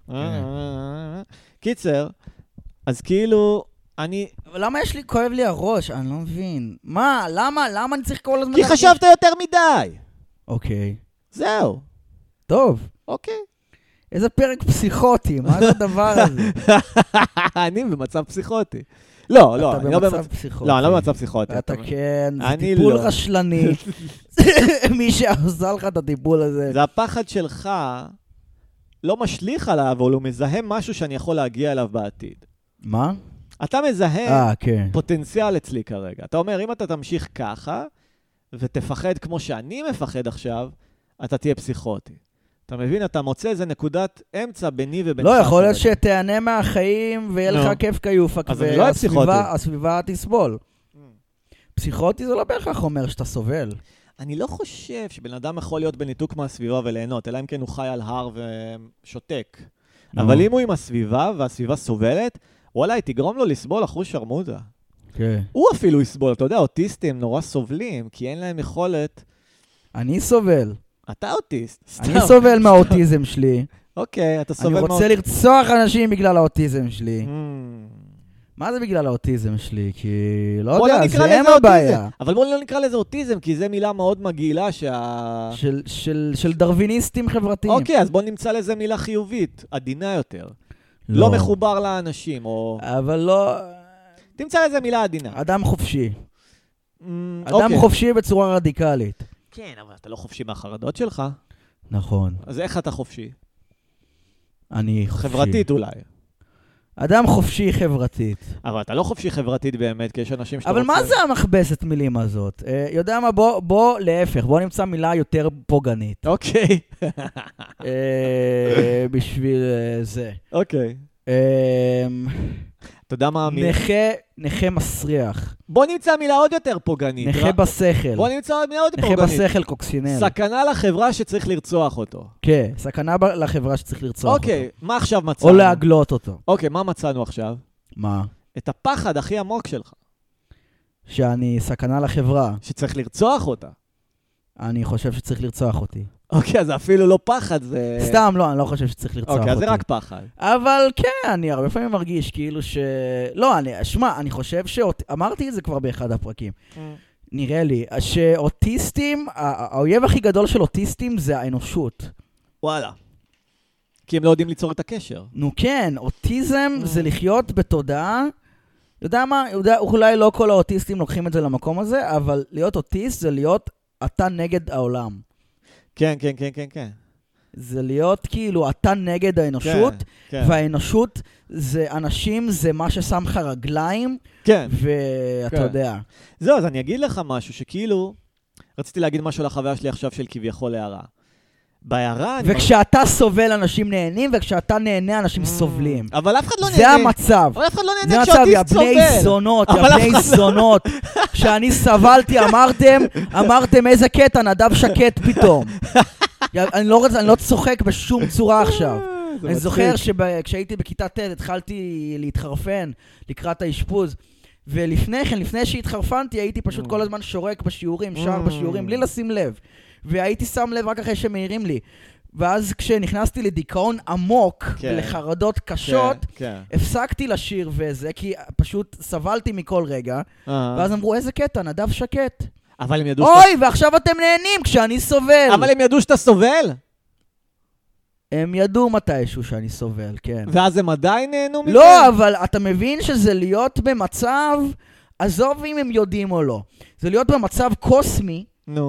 קיצר, אז כאילו... אבל למה כואב לי הראש? אני לא מבין. מה? למה אני צריך כל הזמן... כי חשבת יותר מדי. אוקיי. זהו. טוב. אוקיי. איזה פרק פסיכוטי, מה זה הדבר הזה? אני במצב פסיכוטי. לא, אתה במצב פסיכוטי. לא, אני לא במצב פסיכוטי. אתה כן, זה טיפול רשלני. מי שעושה לך את הטיפול הזה. זה הפחד שלך לא משליך עליו, אבל הוא מזהה משהו שאני יכול להגיע אליו בעתיד. מה? אתה מזהה כן. פוטנציאל אצלי כרגע. אתה אומר, אם אתה תמשיך ככה, ותפחד כמו שאני מפחד עכשיו, אתה תהיה פסיכוטי. אתה מבין? אתה מוצא איזה נקודת אמצע ביני ובינך. לא, יכול להיות שתהנה מהחיים ויהיה לך כיף כיופק, והסביבה תסבול. פסיכוטי זה לא בהכרח אומר שאתה סובל. אני לא חושב שבן אדם יכול להיות בניתוק מהסביבה וליהנות, אלא אם כן הוא חי על הר ושותק. אבל אם הוא עם הסביבה, והסביבה סובלת, וואלה, היא תגרום לו לסבול אחוז שרמוטה. הוא אפילו יסבול. אתה יודע, אוטיסטים נורא סובלים, כי אין להם יכולת. אני סובל. אתה אוטיסט. אני סובל מהאוטיזם שלי. אוקיי, אתה סובל אני רוצה לרצוח אנשים בגלל האוטיזם שלי. מה זה בגלל האוטיזם שלי? כי לא יודע, זה הם הבעיה. אבל בואו לא נקרא לזה אוטיזם, כי זו מילה מאוד מגעילה של דרוויניסטים חברתיים. אוקיי, אז בואו נמצא לזה מילה חיובית, עדינה יותר. לא מחובר לאנשים, או... אבל לא... תמצא לזה מילה עדינה. אדם חופשי. אדם חופשי בצורה רדיקלית. כן, אבל אתה לא חופשי מהחרדות שלך. נכון. אז איך אתה חופשי? אני חופשי. חברתית אולי. אדם חופשי חברתית. אבל אתה לא חופשי חברתית באמת, כי יש אנשים שאתה אבל מה זה המכבסת מילים הזאת? יודע מה, בוא להפך, בוא נמצא מילה יותר פוגענית. אוקיי. בשביל זה. אוקיי. אתה יודע מה המילה? נכה מסריח. בוא נמצא מילה עוד יותר פוגענית. נכה בשכל. בוא נמצא מילה עוד יותר פוגענית. נכה בשכל קוקסינל. סכנה לחברה שצריך לרצוח אותו. כן, סכנה לחברה שצריך לרצוח אותו. אוקיי, מה עכשיו מצאנו? או להגלות אותו. אוקיי, מה מצאנו עכשיו? מה? את הפחד הכי עמוק שלך. שאני סכנה לחברה. שצריך לרצוח אותה. אני חושב שצריך לרצוח אותי. אוקיי, אז אפילו לא פחד, זה... סתם, לא, אני לא חושב שצריך לרצוח אותי. אוקיי, אז זה רק פחד. אבל כן, אני הרבה פעמים מרגיש כאילו לא, אני חושב אמרתי את זה כבר באחד הפרקים. נראה לי, שאוטיסטים, האויב הכי גדול של אוטיסטים זה האנושות. וואלה. כי הם לא יודעים ליצור את הקשר. נו כן, אוטיזם זה לחיות בתודעה. יודע מה? אולי לא כל האוטיסטים לוקחים את זה למקום הזה, אבל להיות אוטיסט זה להיות אתה נגד העולם. כן, כן, כן, כן, כן. זה להיות כאילו אתה נגד האנושות, כן. והאנושות זה אנשים, זה מה ששם לך רגליים, כן. ואתה יודע. זהו, אז אני אגיד לך משהו שכאילו, רציתי להגיד משהו לחוויה שלי עכשיו של כביכול הערה. בהערה... וכשאתה סובל אנשים נהנים, וכשאתה נהנה אנשים סובלים. אבל אף אחד לא נהנה. זה המצב. אבל אף אחד לא נהנה כשאוטיסט סובל. בני זונות, בני זונות. כשאני סבלתי, אמרתם איזה קטע, נדב שקט פתאום. אני לא צוחק בשום צורה עכשיו. אני זוכר שכשהייתי בכיתה ט' התחלתי להתחרפן לקראת האשפוז, ולפני כן, לפני שהתחרפנתי, הייתי פשוט כל הזמן שורק בשיעורים, שר בשיעורים, בלי לשים לב. והייתי שם לב רק אחרי שמעירים לי. ואז כשנכנסתי לדיכאון עמוק, ולחרדות קשות, הפסקתי לשיר וזה, כי פשוט סבלתי מכל רגע, ואז אמרו, איזה קטע, נדב שקט. אבל הם ידעו אוי, ועכשיו אתם נהנים כשאני סובל. אבל הם ידעו שאתה סובל? הם ידעו מתישהו שאני סובל, כן. ואז הם עדיין נהנו מזה? לא, אבל אתה מבין שזה להיות במצב, עזוב אם הם יודעים או לא, זה להיות במצב קוסמי,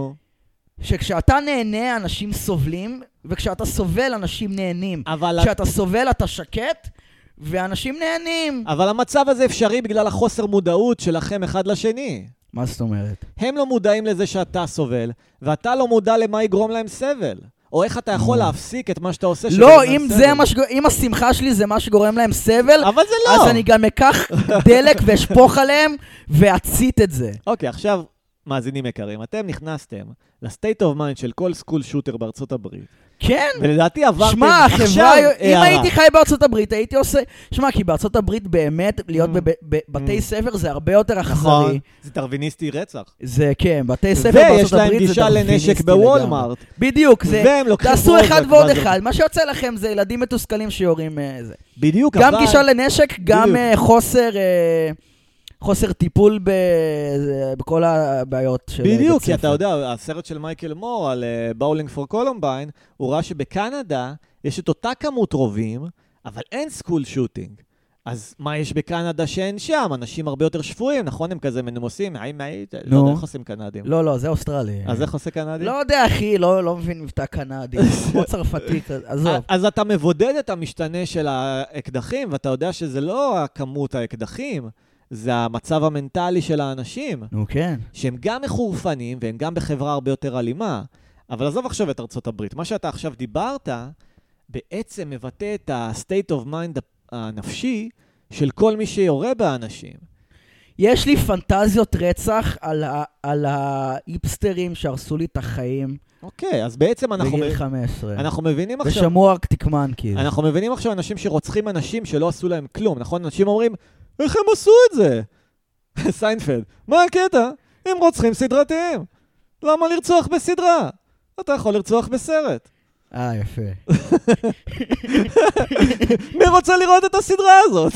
שכשאתה נהנה אנשים סובלים, וכשאתה סובל אנשים נהנים. כשאתה סובל אתה שקט, ואנשים נהנים. אבל המצב הזה אפשרי בגלל החוסר מודעות שלכם אחד לשני. מה זאת אומרת? הם לא מודעים לזה שאתה סובל, ואתה לא מודע למה יגרום להם סבל. או איך אתה יכול להפסיק את מה שאתה עושה לא, אם השמחה שלי זה מה שגורם להם סבל, אבל זה לא. אז אני גם אקח דלק ואשפוך עליהם, ואצית את זה. אוקיי, עכשיו, מאזינים יקרים, אתם נכנסתם לסטייט אוף מיינד של כל סקול שוטר בארצות הברית. כן. ולדעתי עברתם שמה, החברה, אם הייתי חי בארצות הברית, הייתי עושה... שמה, כי בארצות הברית באמת, להיות בבתי ספר זה הרבה יותר אכזרי. נכון, זה דרוויניסטי רצח. זה כן, בתי ספר בארצות הברית זה דרוויניסטי לגמרי. ויש להם גישה לנשק בוולמארט. בדיוק, זה... תעשו אחד ועוד אחד. מה שיוצא לכם זה ילדים מתוסכלים שיורים זה. בדיוק, גם גישה לנשק, גם חוסר טיפול בכל הבעיות של בית ספר. בדיוק, כי אתה יודע, הסרט של מייקל מור על באולינג פור קולומביין, הוא ראה שבקנדה יש את אותה כמות רובים, אבל אין סקול שוטינג. אז מה יש בקנדה שאין שם? אנשים הרבה יותר שפויים, נכון? הם כזה מנומסים, לא יודע איך עושים קנדים. לא, זה אוסטרלי. אז איך עושה קנדים? לא יודע, אחי, לא מבין מבטא קנדי. כמו צרפתי, עזוב. אז אתה מבודד את המשתנה של האקדחים, ואתה יודע שזה לא הכמות האקדחים, זה המצב המנטלי של האנשים. נו, כן. שהם גם מחורפנים, והם גם בחברה הרבה יותר אלימה. אבל עזוב עכשיו את ארצות הברית. מה שאתה עכשיו דיברת, בעצם מבטא את ה-state of mind הנפשי של כל מי שיורה באנשים. יש לי פנטזיות רצח על האיפסטרים שהרסו לי את החיים. אוקיי, אז בעצם בגיל 15. אנחנו מבינים עכשיו... ושמוע ארקטיקמן, כאילו. אנחנו מבינים עכשיו אנשים שרוצחים אנשים שלא עשו להם כלום, נכון? אנשים אומרים, איך הם עשו את זה? סיינפלד, מה הקטע? הם רוצחים סדרתיים. למה לרצוח בסדרה? אתה יכול לרצוח בסרט. יפה. מי רוצה לראות את הסדרה הזאת?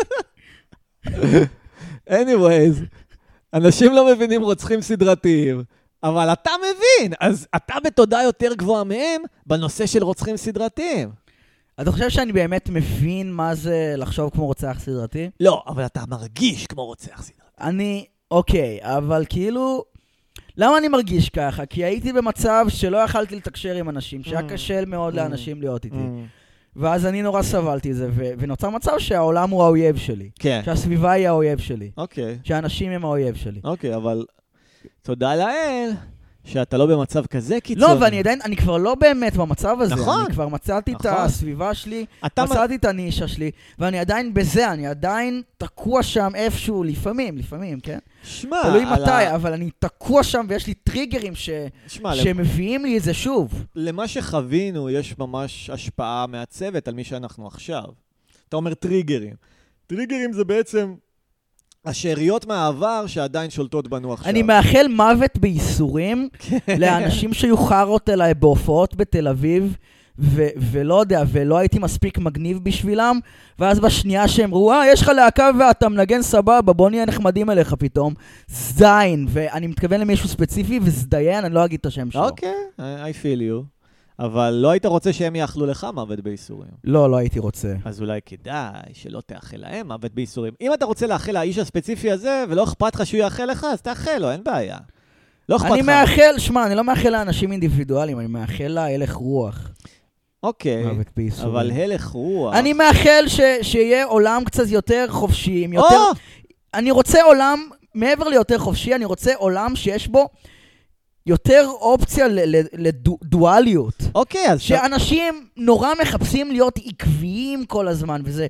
anyways, אנשים לא מבינים רוצחים סדרתיים, אבל אתה מבין, אז אתה בתודעה יותר גבוהה מהם בנושא של רוצחים סדרתיים. אתה חושב שאני באמת מבין מה זה לחשוב כמו רוצח סדרתי? לא, אבל אתה מרגיש כמו רוצח סדרתי. אוקיי, אבל כאילו... למה אני מרגיש ככה? כי הייתי במצב שלא יכלתי לתקשר עם אנשים, שהיה קשה מאוד לאנשים להיות איתי. ואז אני נורא סבלתי את זה, ונוצר מצב שהעולם הוא האויב שלי. כן. שהסביבה היא האויב שלי. אוקיי. שהאנשים הם האויב שלי. אוקיי, אבל תודה לאל שאתה לא במצב כזה קיצוני. לא, אני כבר לא באמת במצב הזה. נכון. אני כבר מצאתי את הסביבה שלי, מצאתי את הנישה שלי, ואני עדיין בזה, אני עדיין תקוע שם איפשהו, לפעמים, כן? שמע, תלוי מתי, אבל אני תקוע שם ויש לי טריגרים שמביאים לי את זה שוב. למה שחווינו יש ממש השפעה מהצוות על מי שאנחנו עכשיו. אתה אומר טריגרים. טריגרים זה בעצם השאריות מהעבר שעדיין שולטות בנו עכשיו. אני מאחל מוות בייסורים לאנשים שהיו חרות אליי בהופעות בתל אביב, ולא יודע, ולא הייתי מספיק מגניב בשבילם, ואז בשנייה שהם ראו, יש לך להקה ואתה מנגן סבבה, בוא נהיה נחמדים אליך פתאום. זין, ואני מתכוון למישהו ספציפי, וזדיין, אני לא אגיד את השם שלו. אוקיי, I feel you. אבל לא היית רוצה שהם יאכלו לך מוות בייסורים. לא הייתי רוצה. אז אולי כדאי שלא תאכל להם מוות בייסורים. אם אתה רוצה לאכל לאיש הספציפי הזה, ולא אכפת לך שהוא יאכל לך, אז תאכל לו, אין בעיה. לא אכפת לך. אני מאחל, שמע, אני לא מאחל לאנשים אינדיבידואליים, אני מאחל להלך רוח. אוקיי, אבל הלך רוח. אני מאחל שיהיה עולם קצת יותר חופשי, יותר... אני רוצה עולם, מעבר ליותר חופשי, אני רוצה עולם שיש בו יותר אופציה לדואליות. אוקיי, אז... שאנשים נורא מחפשים להיות עקביים כל הזמן, וזה...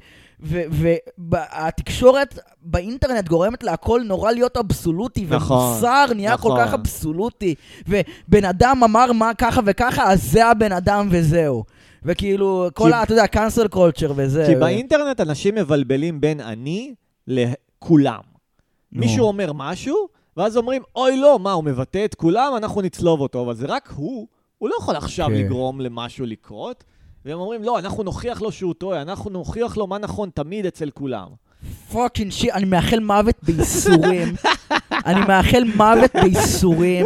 והתקשורת באינטרנט גורמת להכל נורא להיות אבסולוטי, ומוסר נהיה כל כך אבסולוטי, ובן אדם אמר מה ככה וככה, אז זה הבן אדם וזהו. וכאילו, כל אתה יודע, קאנסל קולצ'ר וזה. כי באינטרנט אנשים מבלבלים בין אני לכולם. מישהו אומר משהו, ואז אומרים, אוי לא, מה, הוא מבטא את כולם, אנחנו נצלוב אותו, אבל זה רק הוא לא יכול עכשיו לגרום למשהו לקרות, והם אומרים, לא, אנחנו נוכיח לו שהוא טועה, אנחנו נוכיח לו מה נכון תמיד אצל כולם. פאקינג שיט, אני מאחל מוות בייסורים. אני מאחל מוות בייסורים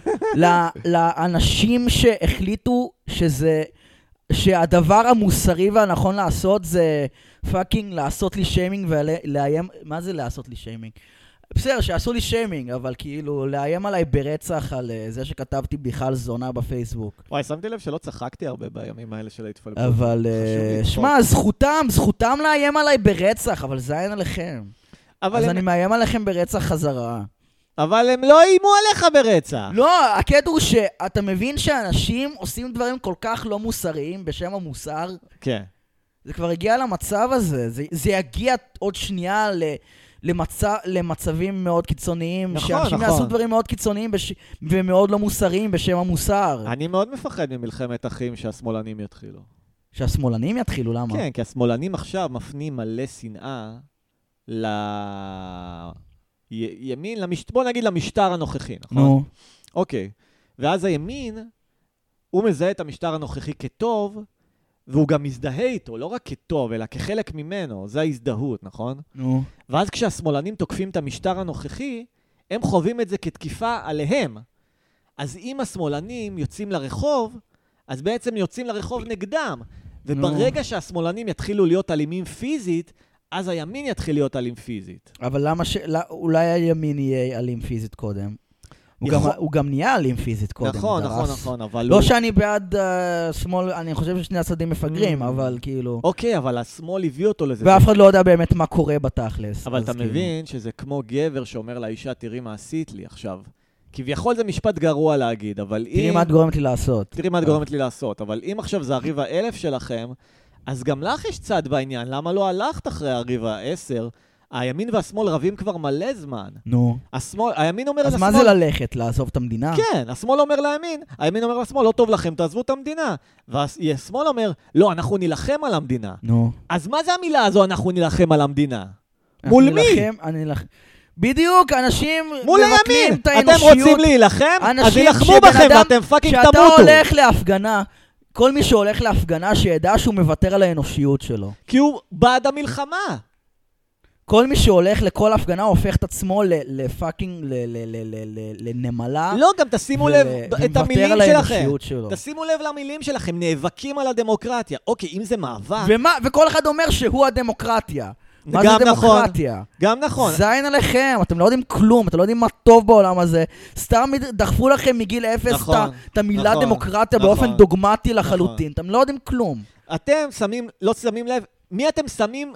לאנשים שהחליטו שהדבר המוסרי והנכון לעשות זה פאקינג לעשות לי שיימינג ולאיים, מה זה לעשות לי שיימינג? בסדר, שעשו לי שיימינג, אבל כאילו, לאיים עליי ברצח על זה שכתבתי בכלל זונה בפייסבוק. וואי, שמתי לב שלא צחקתי הרבה בימים האלה של ההתפלגות. אבל, שמע, זכותם לאיים עליי ברצח, אבל זה אין עליכם. אז אני מאיים עליכם ברצח חזרה. אבל הם לא איימו עליך ברצח. לא, הקטע הוא שאתה מבין שאנשים עושים דברים כל כך לא מוסריים בשם המוסר. כן. זה כבר הגיע למצב הזה. זה יגיע עוד שנייה למצבים מאוד קיצוניים, נכון, שאנשים יעשו דברים מאוד קיצוניים ומאוד לא מוסריים בשם המוסר. אני מאוד מפחד ממלחמת אחים שהשמאלנים יתחילו. שהשמאלנים יתחילו? למה? כן, כי השמאלנים עכשיו מפנים מלא שנאה לימין, בוא נגיד למשטר הנוכחי, נכון? נו. אוקיי. ואז הימין, הוא מזהה את המשטר הנוכחי כטוב, והוא גם מזדהה איתו, לא רק כטוב, אלא כחלק ממנו, זה ההזדהות, נכון? נו. ואז כשהשמאלנים תוקפים את המשטר הנוכחי, הם חווים את זה כתקיפה עליהם. אז אם השמאלנים יוצאים לרחוב, אז בעצם יוצאים לרחוב נגדם. וברגע שהשמאלנים יתחילו להיות אלימים פיזית, אז הימין יתחיל להיות אלים פיזית. אבל אולי הימין יהיה אלים פיזית קודם? הוא גם נהיה אלים פיזית קודם. נכון, אבל לא שאני בעד שמאל, אני חושב ששני הצדדים מפגרים, אבל כאילו... אוקיי, אבל השמאל הביא אותו לזה. ואף אחד לא יודע באמת מה קורה בתכלס. אבל אתה מבין שזה כמו גבר שאומר לאישה, תראי מה עשית לי עכשיו. כביכול זה משפט גרוע להגיד, אבל אם... תראי מה את גורמת לי לעשות. אבל אם עכשיו זה הריב ה-1000 שלכם, אז גם לך יש צד בעניין. למה לא הלכת אחרי הריב ה-10? הימין והשמאל רבים כבר מלא זמן. נו. הימין אומר לשמאל... אז מה זה ללכת? לעזוב את המדינה? כן, השמאל אומר לימין, הימין אומר לשמאל, לא טוב לכם, תעזבו את המדינה. והשמאל אומר, לא, אנחנו נלחם על המדינה. נו. אז מה זה המילה הזו, אנחנו נלחם על המדינה? מול מי? בדיוק, אנשים מול הימין. את האנושיות. אתם רוצים להילחם? אז ילחמו בכם ואתם פאקינג תמותו. כשאתה הולך להפגנה, כל מי שהולך להפגנה שידע שהוא מוותר על האנושיות שלו. כי הוא בעד המלחמה. כל מי שהולך לכל הפגנה הופך את עצמו לפאקינג, לנמלה. לא, גם תשימו לב את המילים שלכם. שלו. תשימו לב למילים שלכם, נאבקים על הדמוקרטיה. אוקיי, אם זה מאבק... וכל אחד אומר שהוא הדמוקרטיה. מה זה דמוקרטיה? גם נכון. זין עליכם, אתם לא יודעים כלום, אתם לא יודעים מה טוב בעולם הזה. סתם דחפו לכם מגיל 0 את המילה דמוקרטיה באופן דוגמטי לחלוטין. אתם לא יודעים כלום. אתם לא שמים לב, מי אתם שמים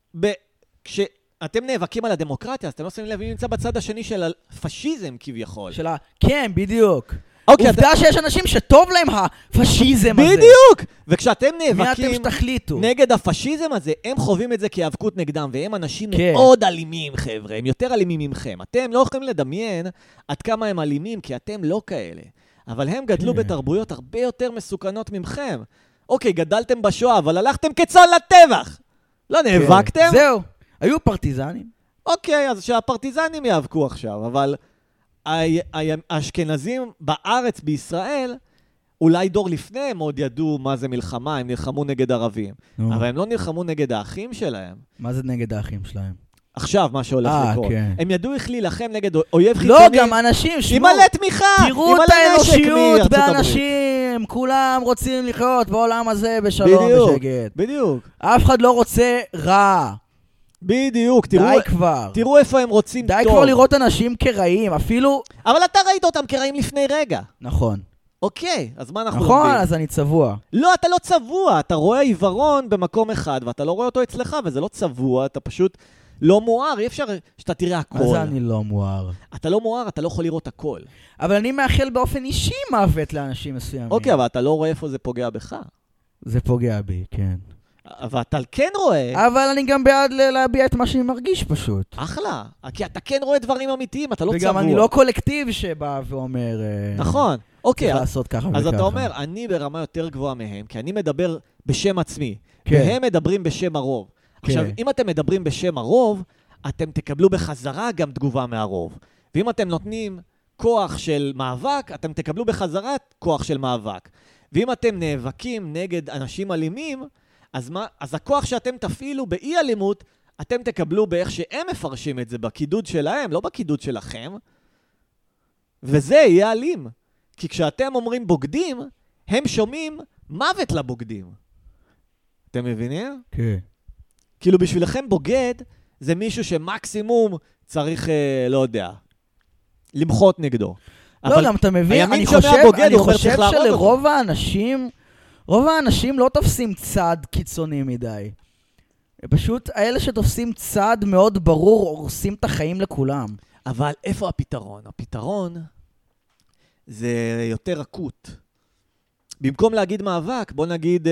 כשאתם נאבקים על הדמוקרטיה, אז אתם לא שמים לב מי נמצא בצד השני של הפשיזם כביכול. כן, בדיוק. עובדה שיש אנשים שטוב להם הפשיזם הזה. בדיוק! וכשאתם נאבקים מי אתם שתחליטו? נגד הפשיזם הזה, הם חווים את זה כהיאבקות נגדם, והם אנשים מאוד אלימים, חבר'ה. הם יותר אלימים ממכם. אתם לא יכולים לדמיין עד כמה הם אלימים, כי אתם לא כאלה. אבל הם גדלו בתרבויות הרבה יותר מסוכנות ממכם. אוקיי, גדלתם בשואה, אבל הלכתם כצאן לטבח. לא נאבקתם? זהו. היו פרטיזנים. אוקיי, אז שהפרטיזנים יאבקו עכשיו, אבל האשכנזים בארץ, בישראל, אולי דור לפני הם עוד ידעו מה זה מלחמה, הם נלחמו נגד ערבים. אבל הם לא נלחמו נגד האחים שלהם. מה זה נגד האחים שלהם? עכשיו, מה שהולך לקרות. כן. הם ידעו איך להילחם נגד אויב חיצוני. לא, גם אנשים, עם מלא תמיכה, תראו את האנושיות באנשים, כולם רוצים לחיות בעולם הזה בשלום ושקט. בדיוק. אף אחד לא רוצה רע. בדיוק, די כבר. תראו איפה הם רוצים טוב. די כבר לראות אנשים כרעים, אפילו... אבל אתה ראית אותם כרעים לפני רגע. נכון. אוקיי, אז מה אנחנו לומדים? נכון, אז אני צבוע. לא, אתה לא צבוע, אתה רואה עיוורון במקום אחד, ואתה לא רואה אותו אצלך, וזה לא צבוע, אתה פשוט לא מואר, אי אפשר שאתה תראה הכל. אז אני לא מואר. אתה לא מואר, אתה לא יכול לראות הכל. אבל אני מאחל באופן אישי מוות לאנשים מסוימים. אוקיי, אבל אתה לא רואה איפה זה פוגע בך. זה פוגע בי, כן. אבל אתה כן רואה. אבל אני גם בעד להביע את מה שאני מרגיש פשוט. אחלה. כי אתה כן רואה דברים אמיתיים, אתה לא צבוע. וגם אני לא קולקטיב שבא ואומר... נכון. אוקיי. לעשות ככה וככה. אז אתה אומר, אני ברמה יותר גבוהה מהם, כי אני מדבר בשם עצמי. והם מדברים בשם הרוב. עכשיו, אם אתם מדברים בשם הרוב, אתם תקבלו בחזרה גם תגובה מהרוב. ואם אתם נותנים כוח של מאבק, אתם תקבלו בחזרה כוח של מאבק. ואם אתם נאבקים נגד אנשים אלימים, אז הכוח שאתם תפעילו באי אלימות, אתם תקבלו באיך שהם מפרשים את זה, בקידוד שלהם, לא בקידוד שלכם. וזה יהיה אלים. כי כשאתם אומרים בוגדים, הם שומעים מוות לבוגדים. אתם מבינים? כן. כאילו בשבילכם בוגד, זה מישהו שמקסימום צריך, לא יודע, למחות נגדו. לא, גם אתה מבין, אני חושב שלרוב האנשים... רוב האנשים לא תופסים צד קיצוני מדי. פשוט האלה שתופסים צד מאוד ברור, הורסים את החיים לכולם. אבל איפה הפתרון? הפתרון זה יותר אקוט. במקום להגיד מאבק, בוא נגיד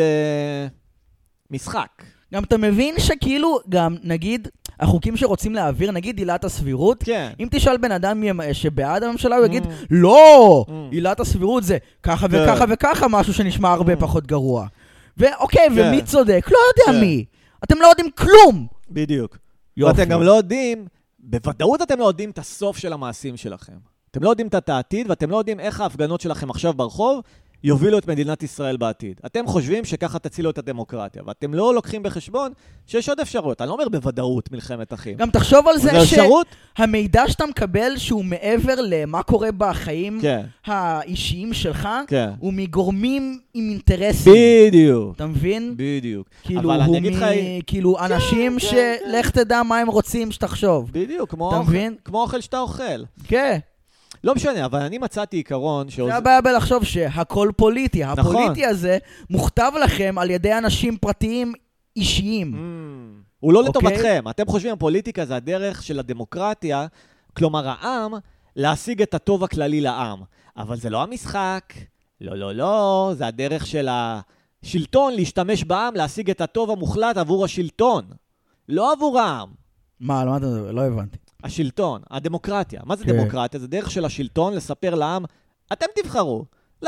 משחק. גם אתה מבין שכאילו, גם נגיד, החוקים שרוצים להעביר, נגיד עילת הסבירות, כן. אם תשאל בן אדם שבעד הממשלה, הוא יגיד, לא, עילת הסבירות זה ככה וככה וככה, משהו שנשמע הרבה פחות גרוע. ואוקיי, ומי צודק? לא יודע מי. אתם לא יודעים כלום. בדיוק. ואתם גם לא יודעים, בוודאות אתם לא יודעים את הסוף של המעשים שלכם. אתם לא יודעים את העתיד, ואתם לא יודעים איך ההפגנות שלכם עכשיו ברחוב יובילו את מדינת ישראל בעתיד. אתם חושבים שככה תצילו את הדמוקרטיה, ואתם לא לוקחים בחשבון שיש עוד אפשרויות. אני לא אומר בוודאות מלחמת אחים. גם תחשוב על זה אפשרות? שהמידע שאתה מקבל שהוא מעבר למה קורה בחיים כן. האישיים שלך, כן. הוא מגורמים עם אינטרסים. בדיוק. אתה מבין? בדיוק. כאילו, אבל אני אגיד לך... כאילו אנשים שלך תדע מה הם רוצים שתחשוב. בדיוק, כמו אוכל שאתה אוכל. כן. לא משנה, אבל אני מצאתי עיקרון זה הבעיה בלחשוב שהכל פוליטי. הפוליטי הזה מוכתב לכם על ידי אנשים פרטיים אישיים. הוא לא לטובתכם. אתם חושבים, הפוליטיקה זה הדרך של הדמוקרטיה, כלומר העם, להשיג את הטוב הכללי לעם. אבל זה לא המשחק. לא. זה הדרך של השלטון להשתמש בעם, להשיג את הטוב המוחלט עבור השלטון. לא עבור העם. מה, לא הבנתי. השלטון, הדמוקרטיה. מה זה דמוקרטיה? זה דרך של השלטון לספר לעם, אתם תבחרו. לא,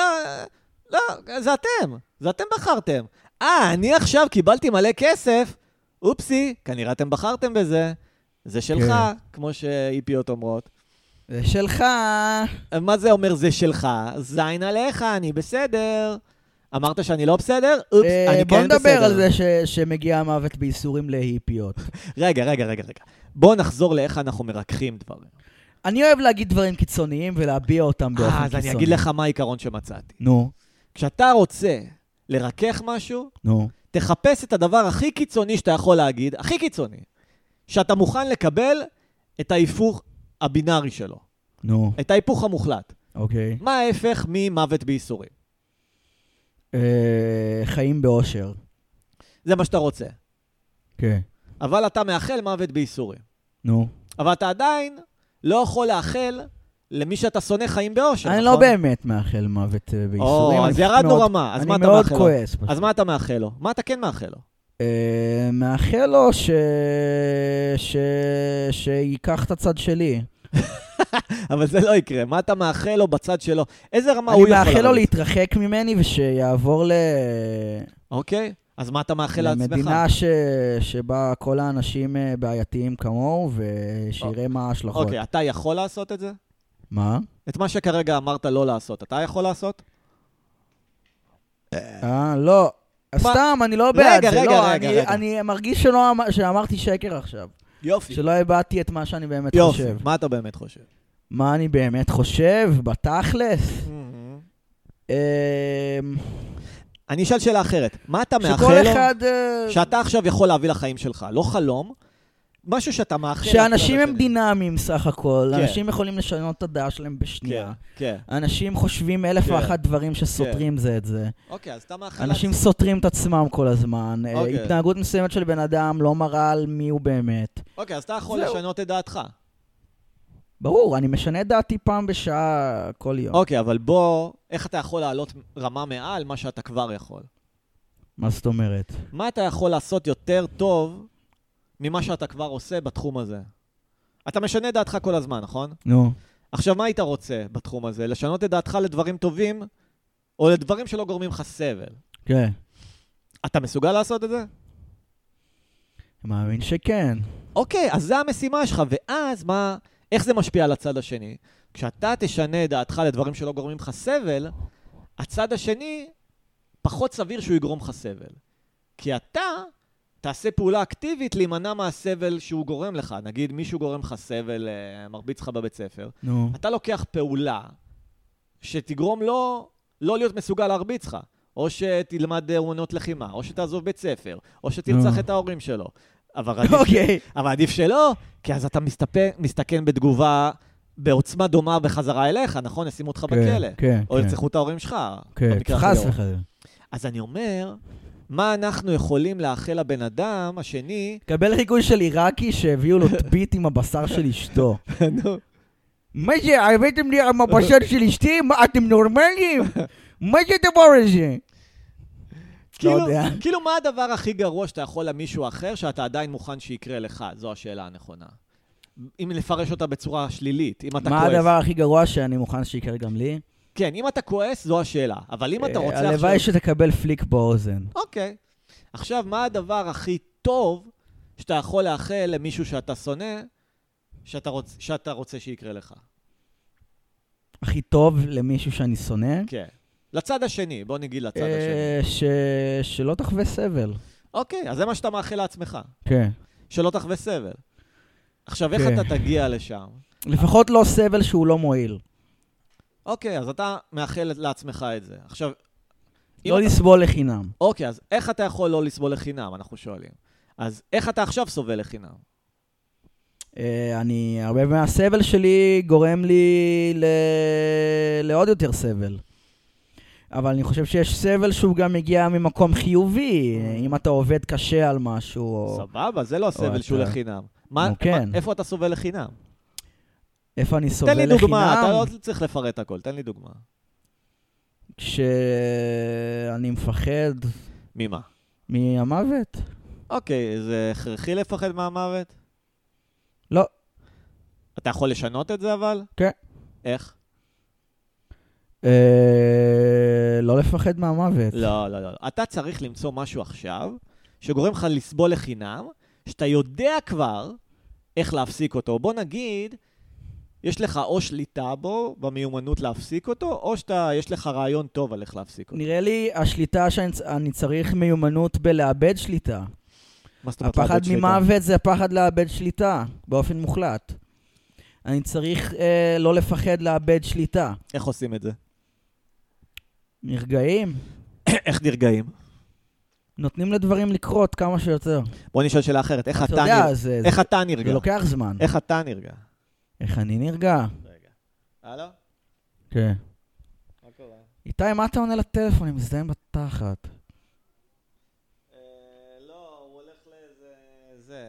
זה אתם בחרתם. אני עכשיו קיבלתי מלא כסף, אופסי, כנראה אתם בחרתם בזה. זה שלך, כמו שאיפיות אומרות. זה שלך. מה זה אומר זה שלך? זין עליך, אני בסדר. אמרת שאני לא בסדר? אופס, אני כן בסדר. בוא נדבר על זה שמגיע המוות בייסורים להיפיות. רגע. בוא נחזור לאיך אנחנו מרככים דברים. אני אוהב להגיד דברים קיצוניים ולהביע אותם באופן קיצוני. אז אני אגיד לך מה העיקרון שמצאתי. נו. כשאתה רוצה לרכך משהו, תחפש את הדבר הכי קיצוני שאתה יכול להגיד, הכי קיצוני, שאתה מוכן לקבל את ההיפוך הבינארי שלו. נו. את ההיפוך המוחלט. אוקיי. מה ההפך ממוות בייסורים? חיים באושר. זה מה שאתה רוצה. כן. אבל אתה מאחל מוות בייסורים. נו. אבל אתה עדיין לא יכול לאחל למי שאתה שונא חיים באושר. אני לא באמת מאחל מוות בייסורים. אז ירדנו רמה. אז מה אתה מאחל לו? אני מאוד כועס. אז מה אתה מאחל לו? מה אתה כן מאחל לו? מאחל לו שיקח את הצד שלי. אבל זה לא יקרה. מה אתה מאחל לו בצד שלו? איזה רמה הוא יכול אני מאחל לו להתרחק ממני ושיעבור אוקיי. אז מה אתה מאחל לעצמך? למדינה שבה כל האנשים בעייתיים כמוהו, ושיראה מה ההשלכות. אוקיי, אתה יכול לעשות את זה? מה? את מה שכרגע אמרת לא לעשות, אתה יכול לעשות? לא. סתם, אני לא בעד זה. רגע. אני מרגיש שאמרתי שקר עכשיו. יופי. שלא הבאתי את מה שאני באמת חושב. יופי, מה אתה באמת חושב? מה אני באמת חושב? בתכלס? אני אשאל שאלה אחרת. מה אתה מאחל לו שאתה עכשיו יכול להביא לחיים שלך? לא חלום, משהו שאתה מאחל. שאנשים הם דינמיים סך הכל. אנשים יכולים לשנות את הדעה שלהם בשנייה. אנשים חושבים 1001 דברים שסותרים זה את זה. אוקיי, אז אתה מאחל. אנשים סותרים את עצמם כל הזמן. התנהגות מסוימת של בן אדם לא מראה על מי הוא באמת. אוקיי, אז אתה יכול לשנות את דעתך. ברור, אני משנה את דעתי פעם בשעה כל יום. אוקיי, אבל בוא, איך אתה יכול לעלות רמה מעל מה שאתה כבר יכול? מה זאת אומרת? מה אתה יכול לעשות יותר טוב ממה שאתה כבר עושה בתחום הזה? אתה משנה את דעתך כל הזמן, נכון? נו. עכשיו, מה היית רוצה בתחום הזה? לשנות את דעתך לדברים טובים, או לדברים שלא גורמים לך סבל? כן. אתה מסוגל לעשות את זה? אני מאמין שכן. אוקיי, אז זה המשימה שלך, ואז מה... איך זה משפיע על הצד השני? כשאתה תשנה את דעתך לדברים שלא גורמים לך סבל, הצד השני פחות סביר שהוא יגרום לך סבל. כי אתה תעשה פעולה אקטיבית להימנע מהסבל שהוא גורם לך. נגיד מישהו גורם לך סבל, מרביץ לך בבית ספר. אתה לוקח פעולה שתגרום לו לא להיות מסוגל להרביץ לך. או שתלמד אומנות לחימה, או שתעזוב בית ספר, או שתרצח את ההורים שלו. אבל עדיף שלא, כי אז אתה מסתכן בתגובה בעוצמה דומה בחזרה אליך, נכון? ישימו אותך בכלא. או ירצחו את ההורים שלך. חס וחלילה. אז אני אומר, מה אנחנו יכולים לאחל לבן אדם השני... קבל חיקוי של עיראקי שהביאו לו טביט עם הבשר של אשתו. נו. מה זה? הבאתם לי עם הבשר של אשתי? מה, אתם נורמליים? מה זה הדבר הזה? כאילו מה הדבר הכי גרוע שאתה יכול למישהו אחר שאתה עדיין מוכן שיקרה לך? זו השאלה הנכונה. אם נפרש אותה בצורה שלילית, אם אתה כועס. מה הדבר הכי גרוע שאני מוכן שיקרה גם לי? כן, אם אתה כועס, זו השאלה. אבל אם אתה רוצה... הלוואי שתקבל פליק באוזן. אוקיי. עכשיו, מה הדבר הכי טוב שאתה יכול לאחל למישהו שאתה שונא, שאתה רוצה שיקרה לך? הכי טוב למישהו שאני שונא? כן. לצד השני, בוא נגיד לצד השני. שלא תחווה סבל. אוקיי, אז זה מה שאתה מאחל לעצמך. כן. שלא תחווה סבל. עכשיו, איך אתה תגיע לשם? לפחות לא סבל שהוא לא מועיל. אוקיי, אז אתה מאחל לעצמך את זה. עכשיו... לא לסבול לחינם. אוקיי, אז איך אתה יכול לא לסבול לחינם, אנחנו שואלים. אז איך אתה עכשיו סובל לחינם? הרבה מהסבל שלי גורם לי לעוד יותר סבל. אבל אני חושב שיש סבל שהוא גם מגיע ממקום חיובי, אם אתה עובד קשה על משהו. סבבה, זה לא סבל שהוא לחינם. איפה אתה סובל לחינם? איפה אני סובל לחינם? תן לי דוגמה, אתה לא צריך לפרט הכל, תן לי דוגמה. כשאני מפחד... ממה? מהמוות. אוקיי, זה הכרחי לפחד מהמוות? לא. אתה יכול לשנות את זה אבל? כן. איך? לא לפחד מהמוות. לא. אתה צריך למצוא משהו עכשיו, שגורם לך לסבול לחינם, שאתה יודע כבר איך להפסיק אותו. בוא נגיד, יש לך או שליטה בו, במיומנות להפסיק אותו, או שיש לך רעיון טוב על איך להפסיק אותו. נראה לי השליטה שאני צריך מיומנות בלאבד שליטה. הפחד ממוות זה הפחד לאבד שליטה, באופן מוחלט. אני צריך לא לפחד לאבד שליטה. איך עושים את זה? נרגעים. איך נרגעים? נותנים לדברים לקרות כמה שיותר. בוא נשאל שאלה אחרת, איך אתה נרגע? זה לוקח זמן. איך אתה נרגע? איך אני נרגע? רגע. הלו? כן. מה קורה? איתי, מה אתה עונה לטלפון? אני מזדהם בתחת. לא, הוא הולך לאיזה...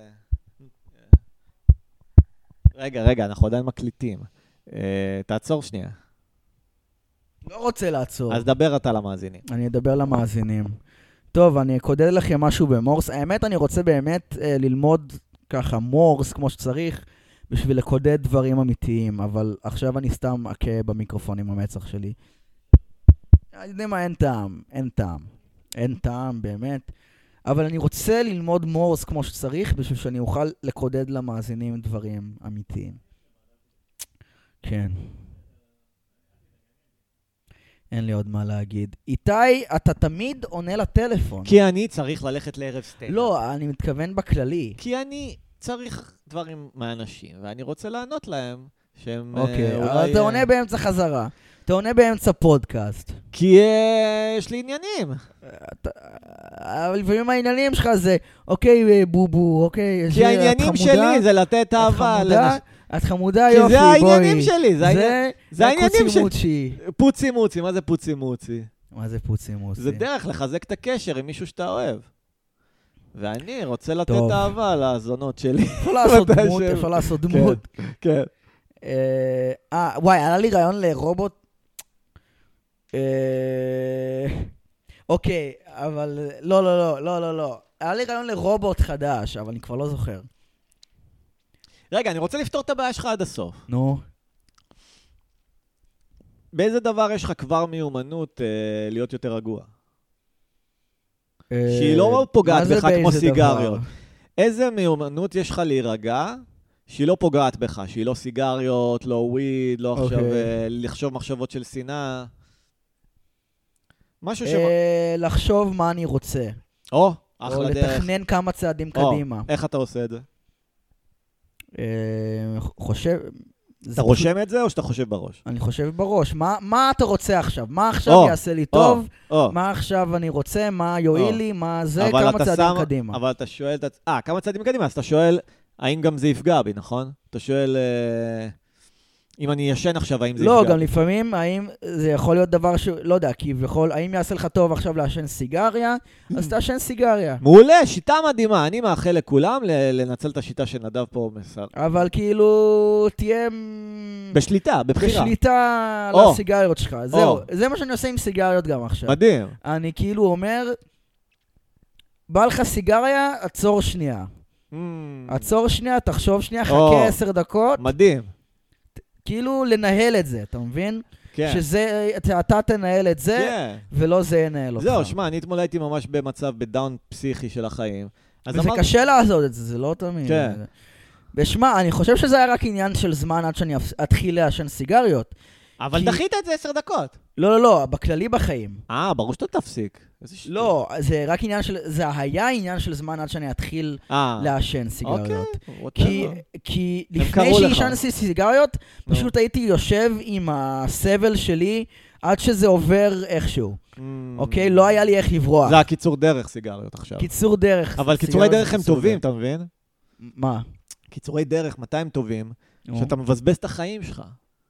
רגע, אנחנו עדיין מקליטים. תעצור שנייה. לא רוצה לעצור. אז דבר אתה למאזינים. אני אדבר למאזינים. טוב, אני אקודד לכם משהו במורס. האמת, אני רוצה באמת ללמוד ככה מורס כמו שצריך, בשביל לקודד דברים אמיתיים, אבל עכשיו אני סתם אכה במיקרופון עם המצח שלי. אני יודע מה, אין טעם, באמת. אבל אני רוצה ללמוד מורס כמו שצריך, בשביל שאני אוכל לקודד למאזינים דברים אמיתיים. כן. אין לי עוד מה להגיד. איתי, אתה תמיד עונה לטלפון. כי אני צריך ללכת לערב סטנדאפ. לא, אני מתכוון בכללי. כי אני צריך דברים מהאנשים, ואני רוצה לענות להם שהם אוקיי, אבל אתה עונה באמצע חזרה. אתה עונה באמצע פודקאסט. כי יש לי עניינים. אבל לפעמים העניינים שלך זה, אוקיי, בובו, אוקיי. כי העניינים שלי זה לתת אהבה. את חמודה, יופי, בואי. כי זה העניינים שלי. זה קוצי-מוצ'י. פוצי-מוצי, מה זה פוצי-מוצי? מה זה פוצי-מוצי? זה דרך לחזק את הקשר עם מישהו שאתה אוהב. ואני רוצה לתת אהבה לזונות שלי. איפה לעשות דמות. כן. וואי, היה לי רעיון לרובוט. אוקיי, אבל לא. היה לי רעיון לרובוט חדש, אבל אני כבר לא זוכר. רגע, אני רוצה לפתור את הבעיה שלך עד הסוף. נו. באיזה דבר יש לך כבר מיומנות להיות יותר רגוע? שהיא לא פוגעת בך כמו סיגריות. איזה מיומנות יש לך להירגע שהיא לא פוגעת בך? שהיא לא סיגריות, לא וויד, לא עכשיו לחשוב מחשבות של שנאה. משהו לחשוב מה אני רוצה. או, אחלה דרך. או לתכנן כמה צעדים קדימה. איך אתה עושה את זה? חושב... אתה רושם את זה או שאתה חושב בראש? אני חושב בראש. מה אתה רוצה עכשיו? מה עכשיו יעשה לי טוב? מה עכשיו אני רוצה? מה יועיל לי? מה זה? כמה צעדים קדימה. אבל אתה שואל... כמה צעדים קדימה? אז אתה שואל, האם גם זה יפגע בי, נכון? אתה שואל, אם אני ישן עכשיו, האם זה יפגע? לא, גם לפעמים, האם זה יכול להיות דבר ש... לא יודע, כי יכול... האם יעשה לך טוב עכשיו לעשן סיגריה? אז תעשן סיגריה. מעולה, שיטה מדהימה. אני מאחל לכולם לנצל את השיטה שנדב פה מסר. אבל כאילו, תהיה... בשליטה, בבחירה. בשליטה לסיגריות שלך. זהו, זה מה שאני עושה עם סיגריות גם עכשיו. מדהים. אני כאילו אומר, בא לך סיגריה, עצור שנייה. עצור שנייה, תחשוב שנייה, חכה 10 דקות. מדהים. כאילו לנהל את זה, אתה מבין? כן. שזה, אתה תנהל את זה, כן. ולא זה ינהל אותך. זהו, שמע, אני אתמול הייתי ממש במצב, בדאון פסיכי של החיים. וזה קשה לעשות את זה, זה לא תמיד. כן. ושמע, אני חושב שזה היה רק עניין של זמן עד שאני אתחיל לעשן סיגריות. אבל דחית את זה 10 דקות. לא, בכללי בחיים. ברור שאתה תפסיק. לא, זה רק עניין של, זה היה עניין של זמן עד שאני אתחיל לעשן סיגריות. כי לפני שעישנתי סיגריות, פשוט הייתי יושב עם הסבל שלי עד שזה עובר איכשהו. אוקיי? לא היה לי איך לברוח. זה הקיצור דרך סיגריות עכשיו. קיצור דרך. אבל קיצורי דרך הם טובים, אתה מבין? מה? קיצורי דרך, מתי הם טובים? שאתה מבזבז את החיים שלך.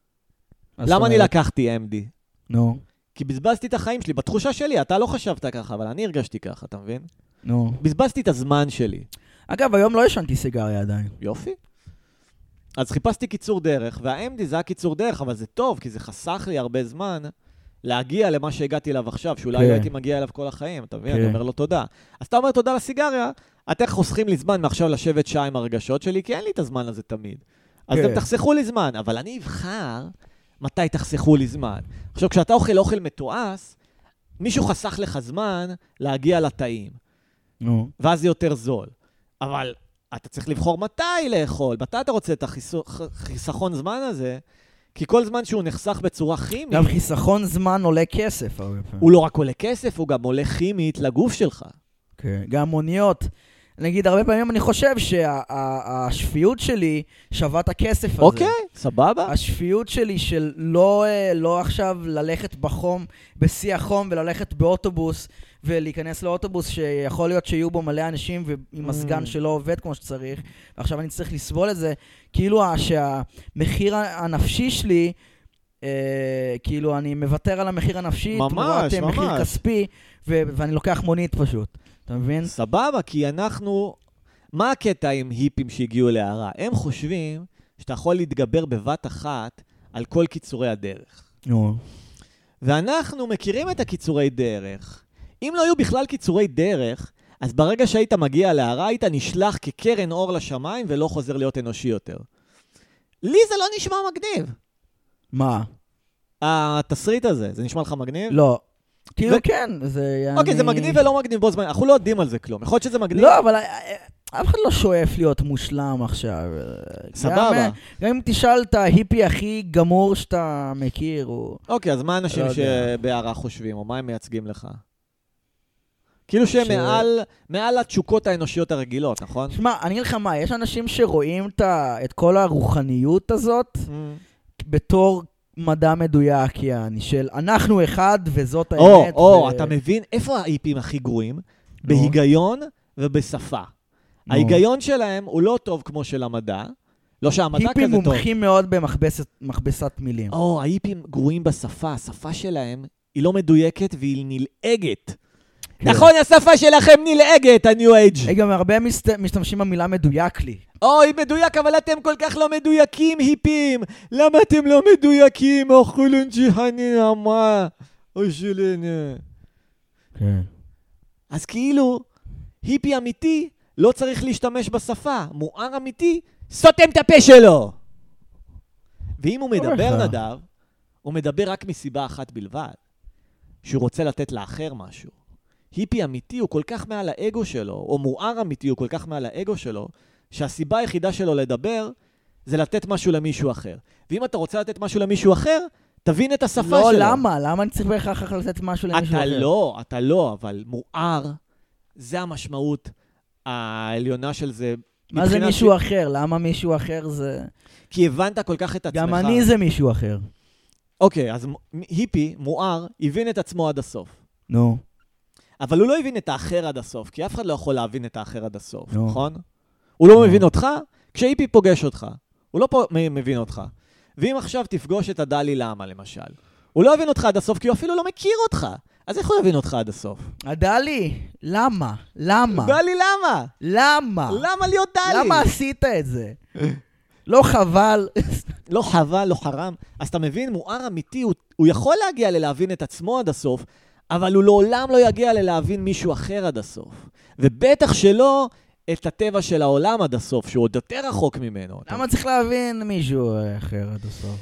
למה אני לקחתי MD? נו. כי בזבזתי את החיים שלי, בתחושה שלי, אתה לא חשבת ככה, אבל אני הרגשתי ככה, אתה מבין? נו. בזבזתי את הזמן שלי. אגב, היום לא ישנתי סיגריה עדיין. יופי. אז חיפשתי קיצור דרך, וה-MD זה הקיצור דרך, אבל זה טוב, כי זה חסך לי הרבה זמן להגיע למה שהגעתי אליו עכשיו, שאולי לא הייתי מגיע אליו כל החיים, אתה מבין? אני אומר לו תודה. אז אתה אומר תודה לסיגריה, אתם חוסכים לי זמן מעכשיו לשבת שעה עם הרגשות שלי, כי אין לי את הזמן הזה תמיד. אז אתם תחסכו לי זמן, אבל אני אבחר מתי תחסכו לי זמן. עכשיו, כשאתה אוכל מתועש, מישהו חסך לך זמן להגיע לתאים. ואז זה יותר זול. אבל אתה צריך לבחור מתי לאכול, מתי אתה רוצה את החיסכון זמן הזה, כי כל זמן שהוא נחסך בצורה כימית... גם חיסכון זמן עולה כסף. הוא לא רק עולה כסף, הוא גם עולה כימית לגוף שלך. גם מוניות. נגיד, הרבה פעמים אני חושב שהשפיות שלי שווה את הכסף הזה. אוקיי, סבבה. השפיות שלי של לא עכשיו ללכת בחום, בשיא החום, וללכת באוטובוס, ולהיכנס לאוטובוס שיכול להיות שיהיו בו מלא אנשים, ועם הסגן שלא עובד כמו שצריך, ועכשיו אני צריך לסבול את זה, כאילו שהמחיר הנפשי שלי, כאילו אני מוותר על המחיר הנפשי, תמורת מחיר כספי, ואני לוקח מונית פשוט. אתה מבין? סבבה, כי אנחנו... מה הקטע עם היפים שהגיעו להערה? הם חושבים שאתה יכול להתגבר בבת אחת על כל קיצורי הדרך. ואנחנו מכירים את הקיצורי דרך. אם לא היו בכלל קיצורי דרך, אז ברגע שהיית מגיע להערה, היית נשלח כקרן אור לשמיים ולא חוזר להיות אנושי יותר. לי זה לא נשמע מגניב. מה? התסריט הזה, זה נשמע לך מגניב? לא. כאילו כן, זה... אוקיי, זה מגניב ולא מגניב בו זמן. אנחנו לא יודעים על זה כלום. יכול להיות שזה מגניב. לא, אבל אף אחד לא שואף להיות מושלם עכשיו. סבבה. גם אם תשאל את ההיפי הכי גמור שאתה מכיר, אוקיי, אז מה אנשים שבהערה חושבים, או מה הם מייצגים לך? כאילו שהם מעל התשוקות האנושיות הרגילות, נכון? שמע, אני אגיד לך מה, יש אנשים שרואים את כל הרוחניות הזאת בתור מדע מדויק, יעני, של אנחנו אחד וזאת האמת. אתה מבין איפה ההיפים הכי גרועים? בהיגיון ובשפה. ההיגיון שלהם הוא לא טוב כמו של המדע, לא שהמדע כזה טוב. היפים מומחים מאוד במכבסת מילים. ההיפים גרועים בשפה, השפה שלהם היא לא מדויקת והיא נלעגת. נכון, השפה שלכם נלעגת, ה-New Age. גם הרבה משתמשים במילה מדויק לי. היא מדויק, אבל אתם כל כך לא מדויקים, היפים. למה אתם לא מדויקים? אוכלון ג'יהני נעמה. אוי שלנו. כן. אז כאילו, היפי אמיתי לא צריך להשתמש בשפה. מואר אמיתי, סותם את הפה שלו. ואם הוא מדבר, נדב, הוא מדבר רק מסיבה אחת בלבד. שהוא רוצה לתת לאחר משהו. היפי אמיתי הוא כל כך מעל האגו שלו, או מואר אמיתי הוא כל כך מעל האגו שלו, שהסיבה היחידה שלו לדבר זה לתת משהו למישהו אחר. ואם אתה רוצה לתת משהו למישהו אחר, תבין את השפה שלו. לא, למה? למה אני צריך בהכרח לתת משהו למישהו אחר? אתה לא, אבל מואר, זה המשמעות העליונה של זה. מה זה מישהו אחר? למה מישהו אחר זה... כי הבנת כל כך את עצמך. גם אני זה מישהו אחר. אוקיי, אז היפי, מואר, הבין את עצמו עד הסוף. נו. אבל הוא לא הבין את האחר עד הסוף, כי אף אחד לא יכול להבין את האחר עד הסוף, נכון? הוא לא מבין אותך כשהיפי פוגש אותך. הוא לא מבין אותך. ואם עכשיו תפגוש את הדלי למה, למשל, הוא לא הבין אותך עד הסוף, כי הוא אפילו לא מכיר אותך. אז איך הוא יבין אותך עד הסוף? הדלי, למה? למה? דלי למה? למה? למה להיות דלי? למה עשית את זה? לא חבל. לא חבל, לא חרם. אז אתה מבין, מואר אמיתי, הוא יכול להגיע ללהבין את עצמו עד הסוף, אבל הוא לעולם לא יגיע ללהבין מישהו אחר עד הסוף. ובטח שלא את הטבע של העולם עד הסוף, שהוא עוד יותר רחוק ממנו. למה צריך להבין מישהו אחר עד הסוף?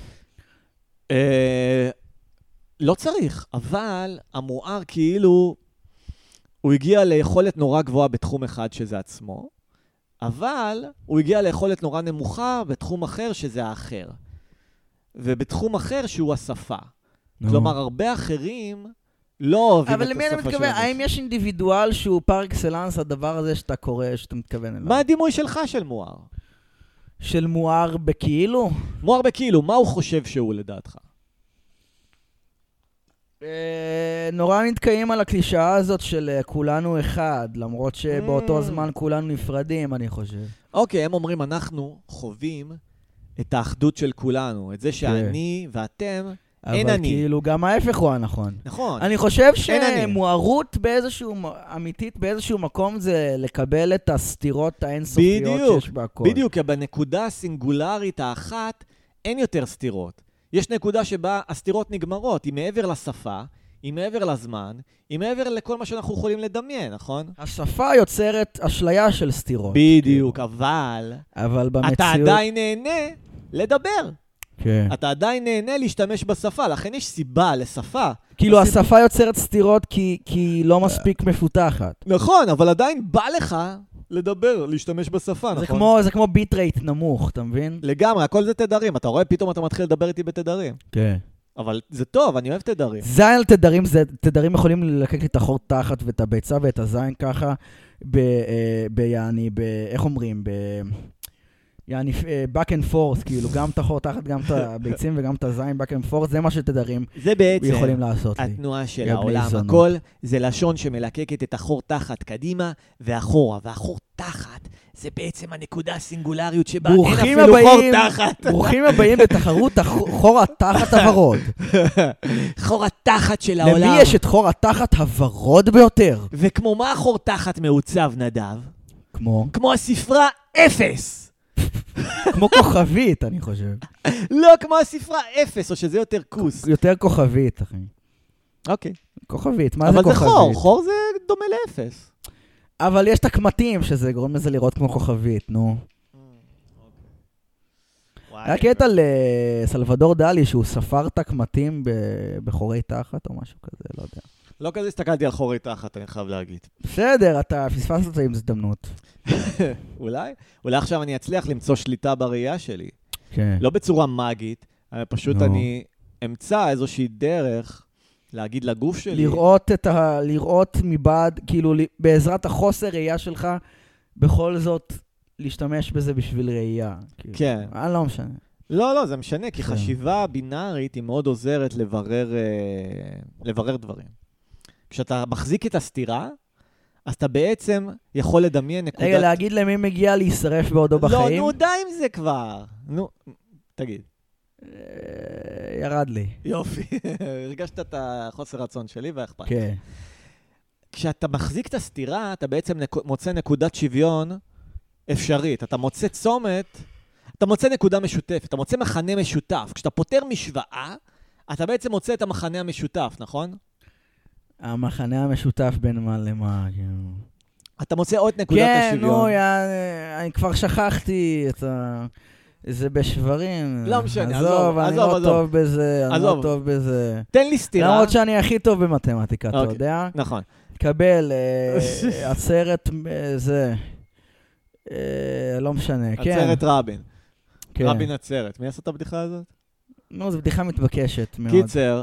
לא צריך, אבל המואר כאילו, הוא הגיע ליכולת נורא גבוהה בתחום אחד שזה עצמו, אבל הוא הגיע ליכולת נורא נמוכה בתחום אחר שזה האחר. ובתחום אחר שהוא השפה. כלומר, הרבה אחרים לא אוהבים את השפה של הרגש. אבל למי אני מתכוון? האם יש אינדיבידואל שהוא פר אקסלנס, הדבר הזה שאתה קורא, שאתה מתכוון אליו? מה הדימוי שלך של מואר? של מואר בכאילו? מואר בכאילו, מה הוא חושב שהוא לדעתך? נורא נתקעים על הקלישאה הזאת של כולנו אחד, למרות שבאותו זמן כולנו נפרדים, אני חושב. אוקיי, הם אומרים, אנחנו חווים את האחדות של כולנו, את זה שאני ואתם, אין אני. אבל כאילו גם ההפך הוא הנכון. נכון. אני חושב שמוארות אמיתית באיזשהו מקום זה לקבל את הסתירות האינסופיות שיש בהכל. בדיוק, כי בנקודה הסינגולרית האחת אין יותר סתירות. יש נקודה שבה הסתירות נגמרות, היא מעבר לשפה, היא מעבר לזמן, היא מעבר לכל מה שאנחנו יכולים לדמיין, נכון? השפה יוצרת אשליה של סתירות. בדיוק, אבל במציאות... אתה עדיין נהנה לדבר. כן. אתה עדיין נהנה להשתמש בשפה, לכן יש סיבה לשפה. כאילו השפה יוצרת סתירות כי היא לא מספיק מפותחת. נכון, אבל עדיין בא לך לדבר, להשתמש בשפה, נכון? זה כמו ביט רייט נמוך, אתה מבין? לגמרי, הכל זה תדרים. אתה רואה, פתאום אתה מתחיל לדבר איתי בתדרים. כן. אבל זה טוב, אני אוהב תדרים. זין על תדרים יכולים ללקק לי את החור תחת ואת הביצה ואת הזין ככה, איך אומרים? יעני, back and forth, כאילו, גם את החור תחת, גם את הביצים וגם את הזין, back and forth, זה מה שתדרים יכולים לעשות לי. זה בעצם התנועה של העולם. הכל זה לשון שמלקקת את החור תחת קדימה ואחורה, והחור תחת זה בעצם הנקודה הסינגולריות שבה אין אפילו חור תחת. ברוכים הבאים בתחרות חור התחת הוורוד. חור התחת של העולם. למי יש את חור התחת הוורוד ביותר? וכמו מה החור תחת מעוצב, נדב? כמו הספרה 0. כמו כוכבית, אני חושב. לא, כמו הספרה 0, או שזה יותר כוס. יותר כוכבית, אחי. אוקיי. כוכבית, מה זה כוכבית? אבל זה חור, חור זה דומה ל0. אבל יש את הקמטים, שזה גורם לזה לראות כמו כוכבית, נו. היה קטע לסלבדור דלי, שהוא ספר את הקמטים בחורי תחת, או משהו כזה, לא יודע. לא כזה הסתכלתי על חורי תחת, אני חייב להגיד. בסדר, אתה פספסת את זה עם הזדמנות. אולי עכשיו אני אצליח למצוא שליטה בראייה שלי. כן. לא בצורה מגית, פשוט אני אמצא איזושהי דרך להגיד לגוף שלי. לראות מבעד, כאילו בעזרת החוסר ראייה שלך, בכל זאת להשתמש בזה בשביל ראייה. כן. אני לא משנה. לא, זה משנה, כי חשיבה בינארית היא מאוד עוזרת לברר דברים. כשאתה מחזיק את הסתירה, אז אתה בעצם יכול לדמיין נקודת... רגע, להגיד למי מגיע להישרף בעודו בחיים? לא, נו, די עם זה כבר. נו, תגיד. ירד לי. יופי. הרגשת את החוסר רצון שלי והאכפת. כן. כשאתה מחזיק את הסתירה, אתה בעצם מוצא נקודת שוויון אפשרית. אתה מוצא צומת, אתה מוצא נקודה משותפת, אתה מוצא מחנה משותף. כשאתה פותר משוואה, אתה בעצם מוצא את המחנה המשותף, נכון? המחנה המשותף בין מה למה, כאילו. אתה מוצא עוד נקודת השוויון. כן, נו, אני כבר שכחתי את זה בשברים. לא משנה, עזוב. אני לא טוב בזה, אני לא טוב בזה. תן לי סתירה. למרות שאני הכי טוב במתמטיקה, אתה יודע? נכון. תקבל עצרת זה, לא משנה, כן. עצרת רבין. רבין עצרת. מי עשה את הבדיחה הזאת? נו, זו בדיחה מתבקשת מאוד. קיצר,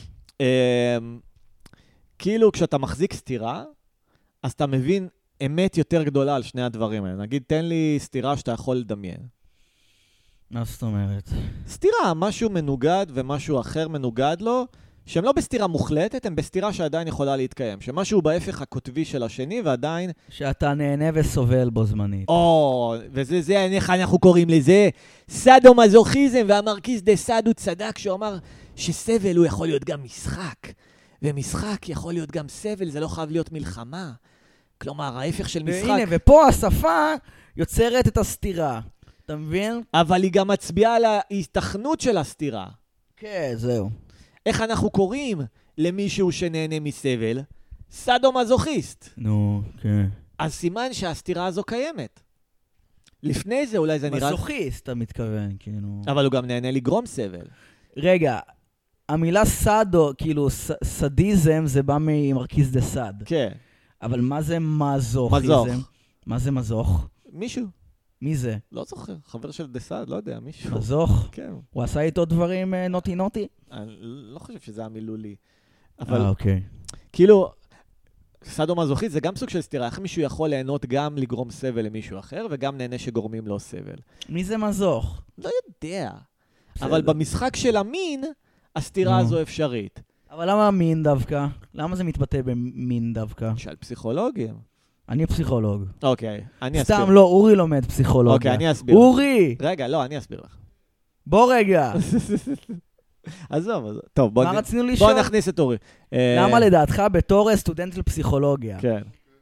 כאילו כשאתה מחזיק סתירה, אז אתה מבין אמת יותר גדולה על שני הדברים האלה. נגיד, תן לי סתירה שאתה יכול לדמיין. מה זאת אומרת? סתירה, משהו מנוגד ומשהו אחר מנוגד לו, שהם לא בסתירה מוחלטת, הם בסתירה שעדיין יכולה להתקיים. שמשהו בהפך הכותבי של השני ועדיין... שאתה נהנה וסובל בו זמנית. וזה איך אנחנו קוראים לזה, סאדו-מזוכיזם, והמרקיז דה סאד הוא צדק, שהוא אמר שסבל הוא יכול להיות גם משחק. ומשחק יכול להיות גם סבל, זה לא חייב להיות מלחמה. כלומר, ההפך של משחק... והנה, ופה השפה יוצרת את הסתירה. אתה מבין? אבל היא גם מצביעה על ההתכנות של הסתירה. כן, זהו. איך אנחנו קוראים למישהו שנהנה מסבל? סאדו-מזוכיסט. נו, כן. אז סימן שהסתירה הזו קיימת. לפני זה אולי זה נראה... מזוכיסט, אתה מתכוון, כאילו... אבל הוא גם נהנה לגרום סבל. רגע, המילה סאדו, כאילו, סדיזם, זה בא ממרקיז דה סאד. כן. אבל מה זה מזוכיזם? מזוך. מה זה מזוך? מישהו. מי זה? לא זוכר, חבר של דסד, לא יודע, מישהו. מזוך? כן. הוא עשה איתו דברים נוטי? אני לא חושב שזה היה מילולי. אבל אוקיי. כאילו, סאדו-מזוכיסט זה גם סוג של סתירה. איך מישהו יכול ליהנות גם לגרום סבל למישהו אחר, וגם נהנה שגורמים לו סבל? מי זה מזוך? לא יודע. אבל במשחק של המין, הסתירה הזו אפשרית. אבל למה מין דווקא? למה זה מתבטא במין דווקא? של פסיכולוגים. אני פסיכולוג. אוקיי, אני אסביר. סתם לא, אורי לומד פסיכולוגיה. אוקיי, אני אסביר. אורי! רגע, לא, אני אסביר לך. בוא רגע. עזוב. טוב, מה רצינו לשאול? בוא נכניס את אורי. למה לדעתך בתור סטודנט לפסיכולוגיה? כן.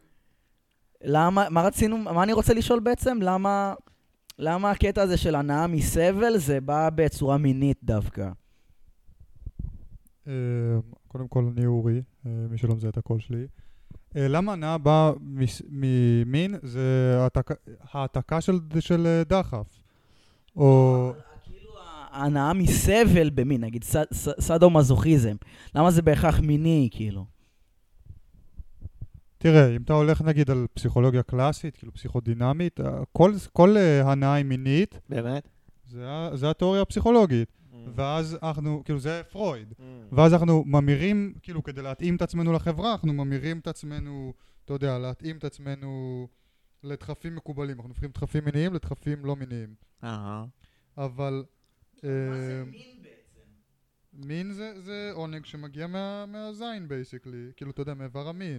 מה אני רוצה לשאול בעצם? למה הקטע הזה של הנאה מסבל זה בא בצורה מינית דווקא? קודם כל אני אורי, מי שלא מזהה את הקול שלי. למה הנאה באה ממין? זה העתקה של דחף. או... כאילו ההנאה מסבל במין, נגיד סאדו-מזוכיזם. למה זה בהכרח מיני, כאילו? תראה, אם אתה הולך נגיד על פסיכולוגיה קלאסית, כאילו פסיכודינמית, כל הנאה היא מינית. באמת? זה התיאוריה הפסיכולוגית. ואז אנחנו, כאילו זה פרויד. ואז אנחנו ממירים, כאילו כדי להתאים את עצמנו לחברה, אנחנו ממירים את עצמנו, אתה יודע, להתאים את עצמנו לדחפים מקובלים. אנחנו הופכים דחפים מיניים לדחפים לא מיניים. אבל... מה זה מין בעצם? מין זה עונג שמגיע מהזין, בייסיקלי. כאילו, אתה יודע, מאיבר המין.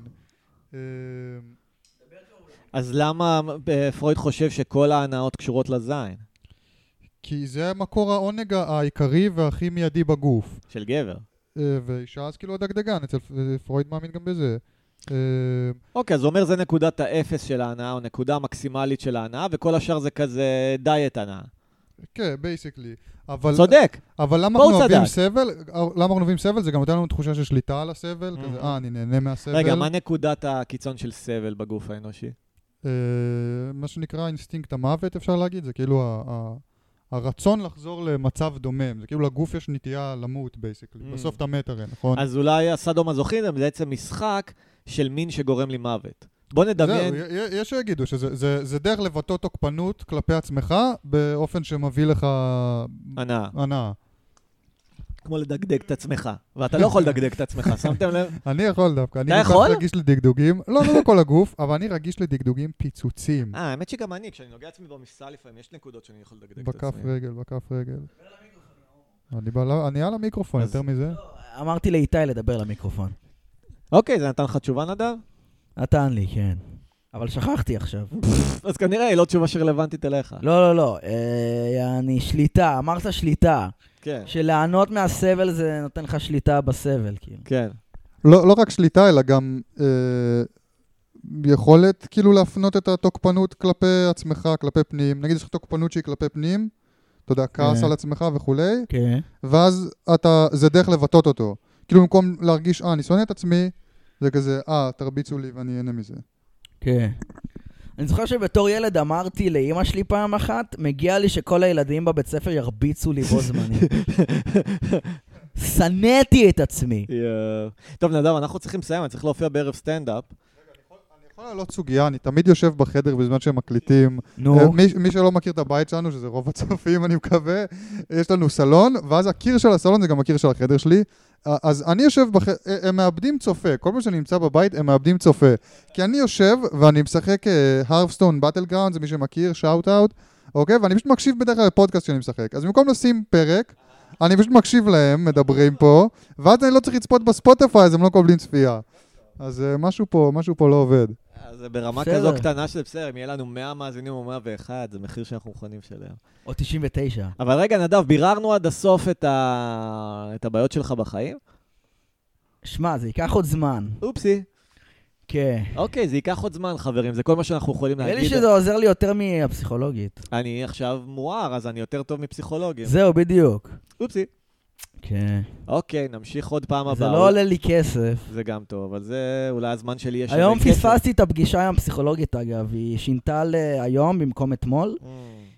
אז למה פרויד חושב שכל ההנאות קשורות לזין? כי זה מקור העונג העיקרי והכי מיידי בגוף. של גבר. ואישה אז כאילו הדגדגן, אצל פרויד מאמין גם בזה. אוקיי, אז הוא אומר זה נקודת האפס של ההנאה, או נקודה מקסימלית של ההנאה, וכל השאר זה כזה דיאט הנאה. כן, בייסיקלי. צודק. אבל למה אנחנו אוהבים סבל? למה אנחנו אוהבים סבל? זה גם נותן לנו תחושה של שליטה על הסבל. כזה, אני נהנה מהסבל. רגע, מה נקודת הקיצון של סבל בגוף האנושי? מה שנקרא אינסטינקט המוות, אפשר להגיד. זה כאילו הרצון לחזור למצב דומם. זה כאילו לגוף יש נטייה למות, בייסיקלי. בסוף אתה מת הרי, נכון? אז אולי הסאדו-מזוכיזם זה בעצם משחק של מין שגורם לי מוות. בוא נדמיין... זהו, יש שיגידו שזה דרך לבטא תוקפנות כלפי עצמך באופן שמביא לך... הנאה. כמו לדגדג את עצמך. ואתה לא יכול לדגדג את עצמך, שמתם לב? אני יכול דווקא. אתה יכול? אני רגיש לדגדוגים. לא כל הגוף, אבל אני רגיש לדגדוגים פיצוצים. האמת שגם אני, כשאני נוגע עצמי במשרה לפעמים, יש נקודות שאני יכול לדגדג את עצמי. בכף רגל. אני על המיקרופון, יותר מזה. אמרתי לאיתי לדבר למיקרופון. אוקיי, זה נתן לך תשובה, נדב? נתן לי, כן. אבל שכחתי עכשיו. אז כנראה היא לא תשובה שרלוונטית אליך. לא. אני שליטה, אמרת שליטה. כן. שלענות מהסבל זה נותן לך שליטה בסבל, כאילו. כן. לא רק שליטה, אלא גם יכולת כאילו להפנות את התוקפנות כלפי עצמך, כלפי פנים. נגיד יש לך תוקפנות שהיא כלפי פנים, אתה יודע, כעס על עצמך וכולי, ואז זה דרך לבטאות אותו. כאילו במקום להרגיש, אני שונא את עצמי, זה כזה, תרביצו לי ואני אהנה מזה. כן. אני זוכר שבתור ילד אמרתי לאמא שלי פעם אחת, מגיע לי שכל הילדים בבית ספר ירביצו לי בו זמני. שנאתי את עצמי. טוב, נדב, אנחנו צריכים לסיים, אני צריך להופיע בערב סטנדאפ. אני יכול לעלות סוגיה, אני תמיד יושב בחדר בזמן שהם מקליטים. מי שלא מכיר את הבית שלנו, שזה רוב הצופים, אני מקווה, יש לנו סלון, ואז הקיר של הסלון זה גם הקיר של החדר שלי. אז אני יושב הם מאבדים צופה, כל מה שאני נמצא בבית הם מאבדים צופה. כי אני יושב ואני משחק הרפסטון באטלגראונד, זה מי שמכיר, שאוט אאוט, אוקיי? ואני פשוט מקשיב בדרך כלל לפודקאסט שאני משחק. אז במקום לשים פרק, אני פשוט מקשיב להם, מדברים פה, ואז אני לא צריך לצפות בספוטיפיי, אז הם לא קובלים צפייה. אז משהו פה לא עובד. זה ברמה כזו קטנה של בסדר, אם יהיה לנו 100 מאזינים או 101, זה מחיר שאנחנו מוכנים שלהם. או 99. אבל רגע, נדב, ביררנו עד הסוף את הבעיות שלך בחיים? שמע, זה ייקח עוד זמן. אופסי. כן. אוקיי, זה ייקח עוד זמן, חברים, זה כל מה שאנחנו יכולים להגיד. נראה לי שזה עוזר לי יותר מהפסיכולוגית. אני עכשיו מואר, אז אני יותר טוב מפסיכולוגים. זהו, בדיוק. אופסי. כן. אוקיי, נמשיך עוד פעם הבאה. זה לא עולה לי כסף. זה גם טוב, אבל זה אולי הזמן שלי יש... היום פספסתי את הפגישה עם הפסיכולוגית, אגב. היא שינתה להיום במקום אתמול.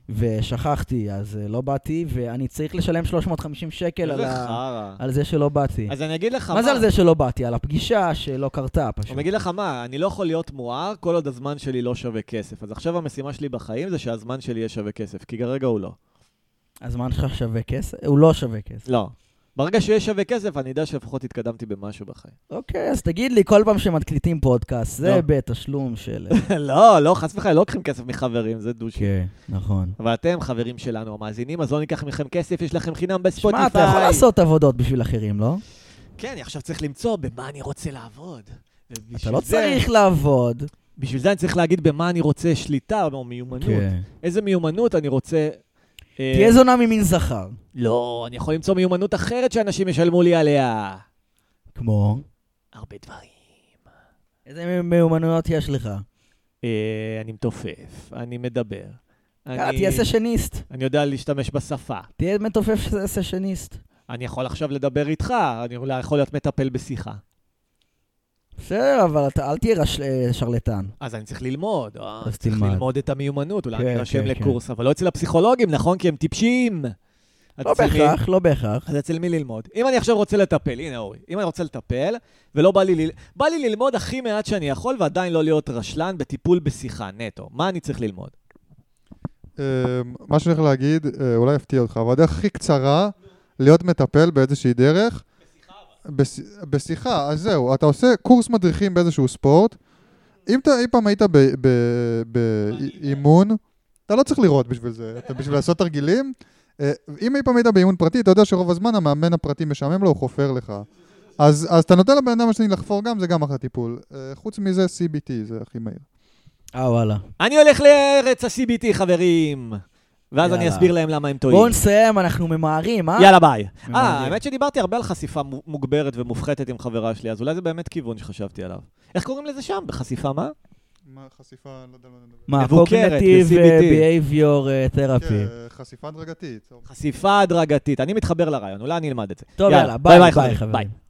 ושכחתי, אז לא באתי, ואני צריך לשלם 350 שקל על זה שלא באתי. אז אני אגיד לך מה זה על זה שלא באתי? על הפגישה שלא קרתה פשוט. אני אגיד לך מה, אני לא יכול להיות מואר כל עוד הזמן שלי לא שווה כסף. אז עכשיו המשימה שלי בחיים זה שהזמן שלי יהיה שווה כסף, כי כרגע הוא לא. הזמן שלך שווה כסף? הוא לא שווה כסף. לא. ברגע שיהיה שווה כסף, אני יודע שלפחות התקדמתי במשהו בחיים. אוקיי, אז תגיד לי, כל פעם שמקליטים פודקאסט, זה בתשלום של... לא, חס וחלילה, לא לוקחים כסף מחברים, זה דושי. כן, נכון. אבל אתם חברים שלנו, המאזינים, אז לא ניקח מכם כסף, יש לכם חינם בספוטיפיי. שמע, אתה יכול לעשות עבודות בשביל אחרים, לא? כן, אני עכשיו צריך למצוא במה אני רוצה לעבוד. אתה לא צריך לעבוד. בשביל זה אני צריך להגיד במה אני רוצה שליטה או מיומנות. איזה מיומנות אני רוצה... תהיה זונה ממין זכר. לא, אני יכול למצוא מיומנות אחרת שאנשים ישלמו לי עליה. כמו? הרבה דברים. איזה מיומנויות יש לך? אני מתופף, אני מדבר. תהיה סשניסט. אני יודע להשתמש בשפה. תהיה מתופף סשניסט. אני יכול עכשיו לדבר איתך, אני יכול להיות מטפל בשיחה. בסדר, אבל אל תהיה שרלטן. אז אני צריך ללמוד. אז צריך תלמד. ללמוד את המיומנות, אולי אני ארשם לקורס, אבל לא אצל הפסיכולוגים, נכון? כי הם טיפשים. לא בהכרח, לא בהכרח. אז אצל מי ללמוד? אם אני עכשיו רוצה לטפל, הנה אורי, אם אני רוצה לטפל, ולא בא לי ללמוד הכי מעט שאני יכול, ועדיין לא להיות רשלן בטיפול בשיחה, נטו. מה אני צריך ללמוד? מה שאני הולך להגיד, אולי יפתיע אותך, אבל הדרך הכי קצרה להיות מטפל באיזושהי דרך, בשיחה, אז זהו, אתה עושה קורס מדריכים באיזשהו ספורט, אם אתה אי פעם היית באימון, אתה לא צריך לראות בשביל זה, אתה בשביל לעשות תרגילים, אם אי פעם היית באימון פרטי, אתה יודע שרוב הזמן המאמן הפרטי משעמם לו, הוא חופר לך. אז אתה נותן לבן אדם השני לחפור גם, זה גם אחרי טיפול. חוץ מזה, CBT, זה הכי מהיר. וואלה. אני הולך לארץ ה-CBT, חברים. ואז אני אסביר להם למה הם טועים. בואו נסיים, אנחנו ממהרים, אה? יאללה, ביי. האמת שדיברתי הרבה על חשיפה מוגברת ומופחתת עם חברה שלי, אז אולי זה באמת כיוון שחשבתי עליו. איך קוראים לזה שם? בחשיפה מה? מה, חשיפה, לא יודע מה, קוגניטיב behavior therapy. חשיפה הדרגתית. חשיפה הדרגתית. אני מתחבר לרעיון, אולי אני אלמד את זה. טוב, יאללה, ביי חברים.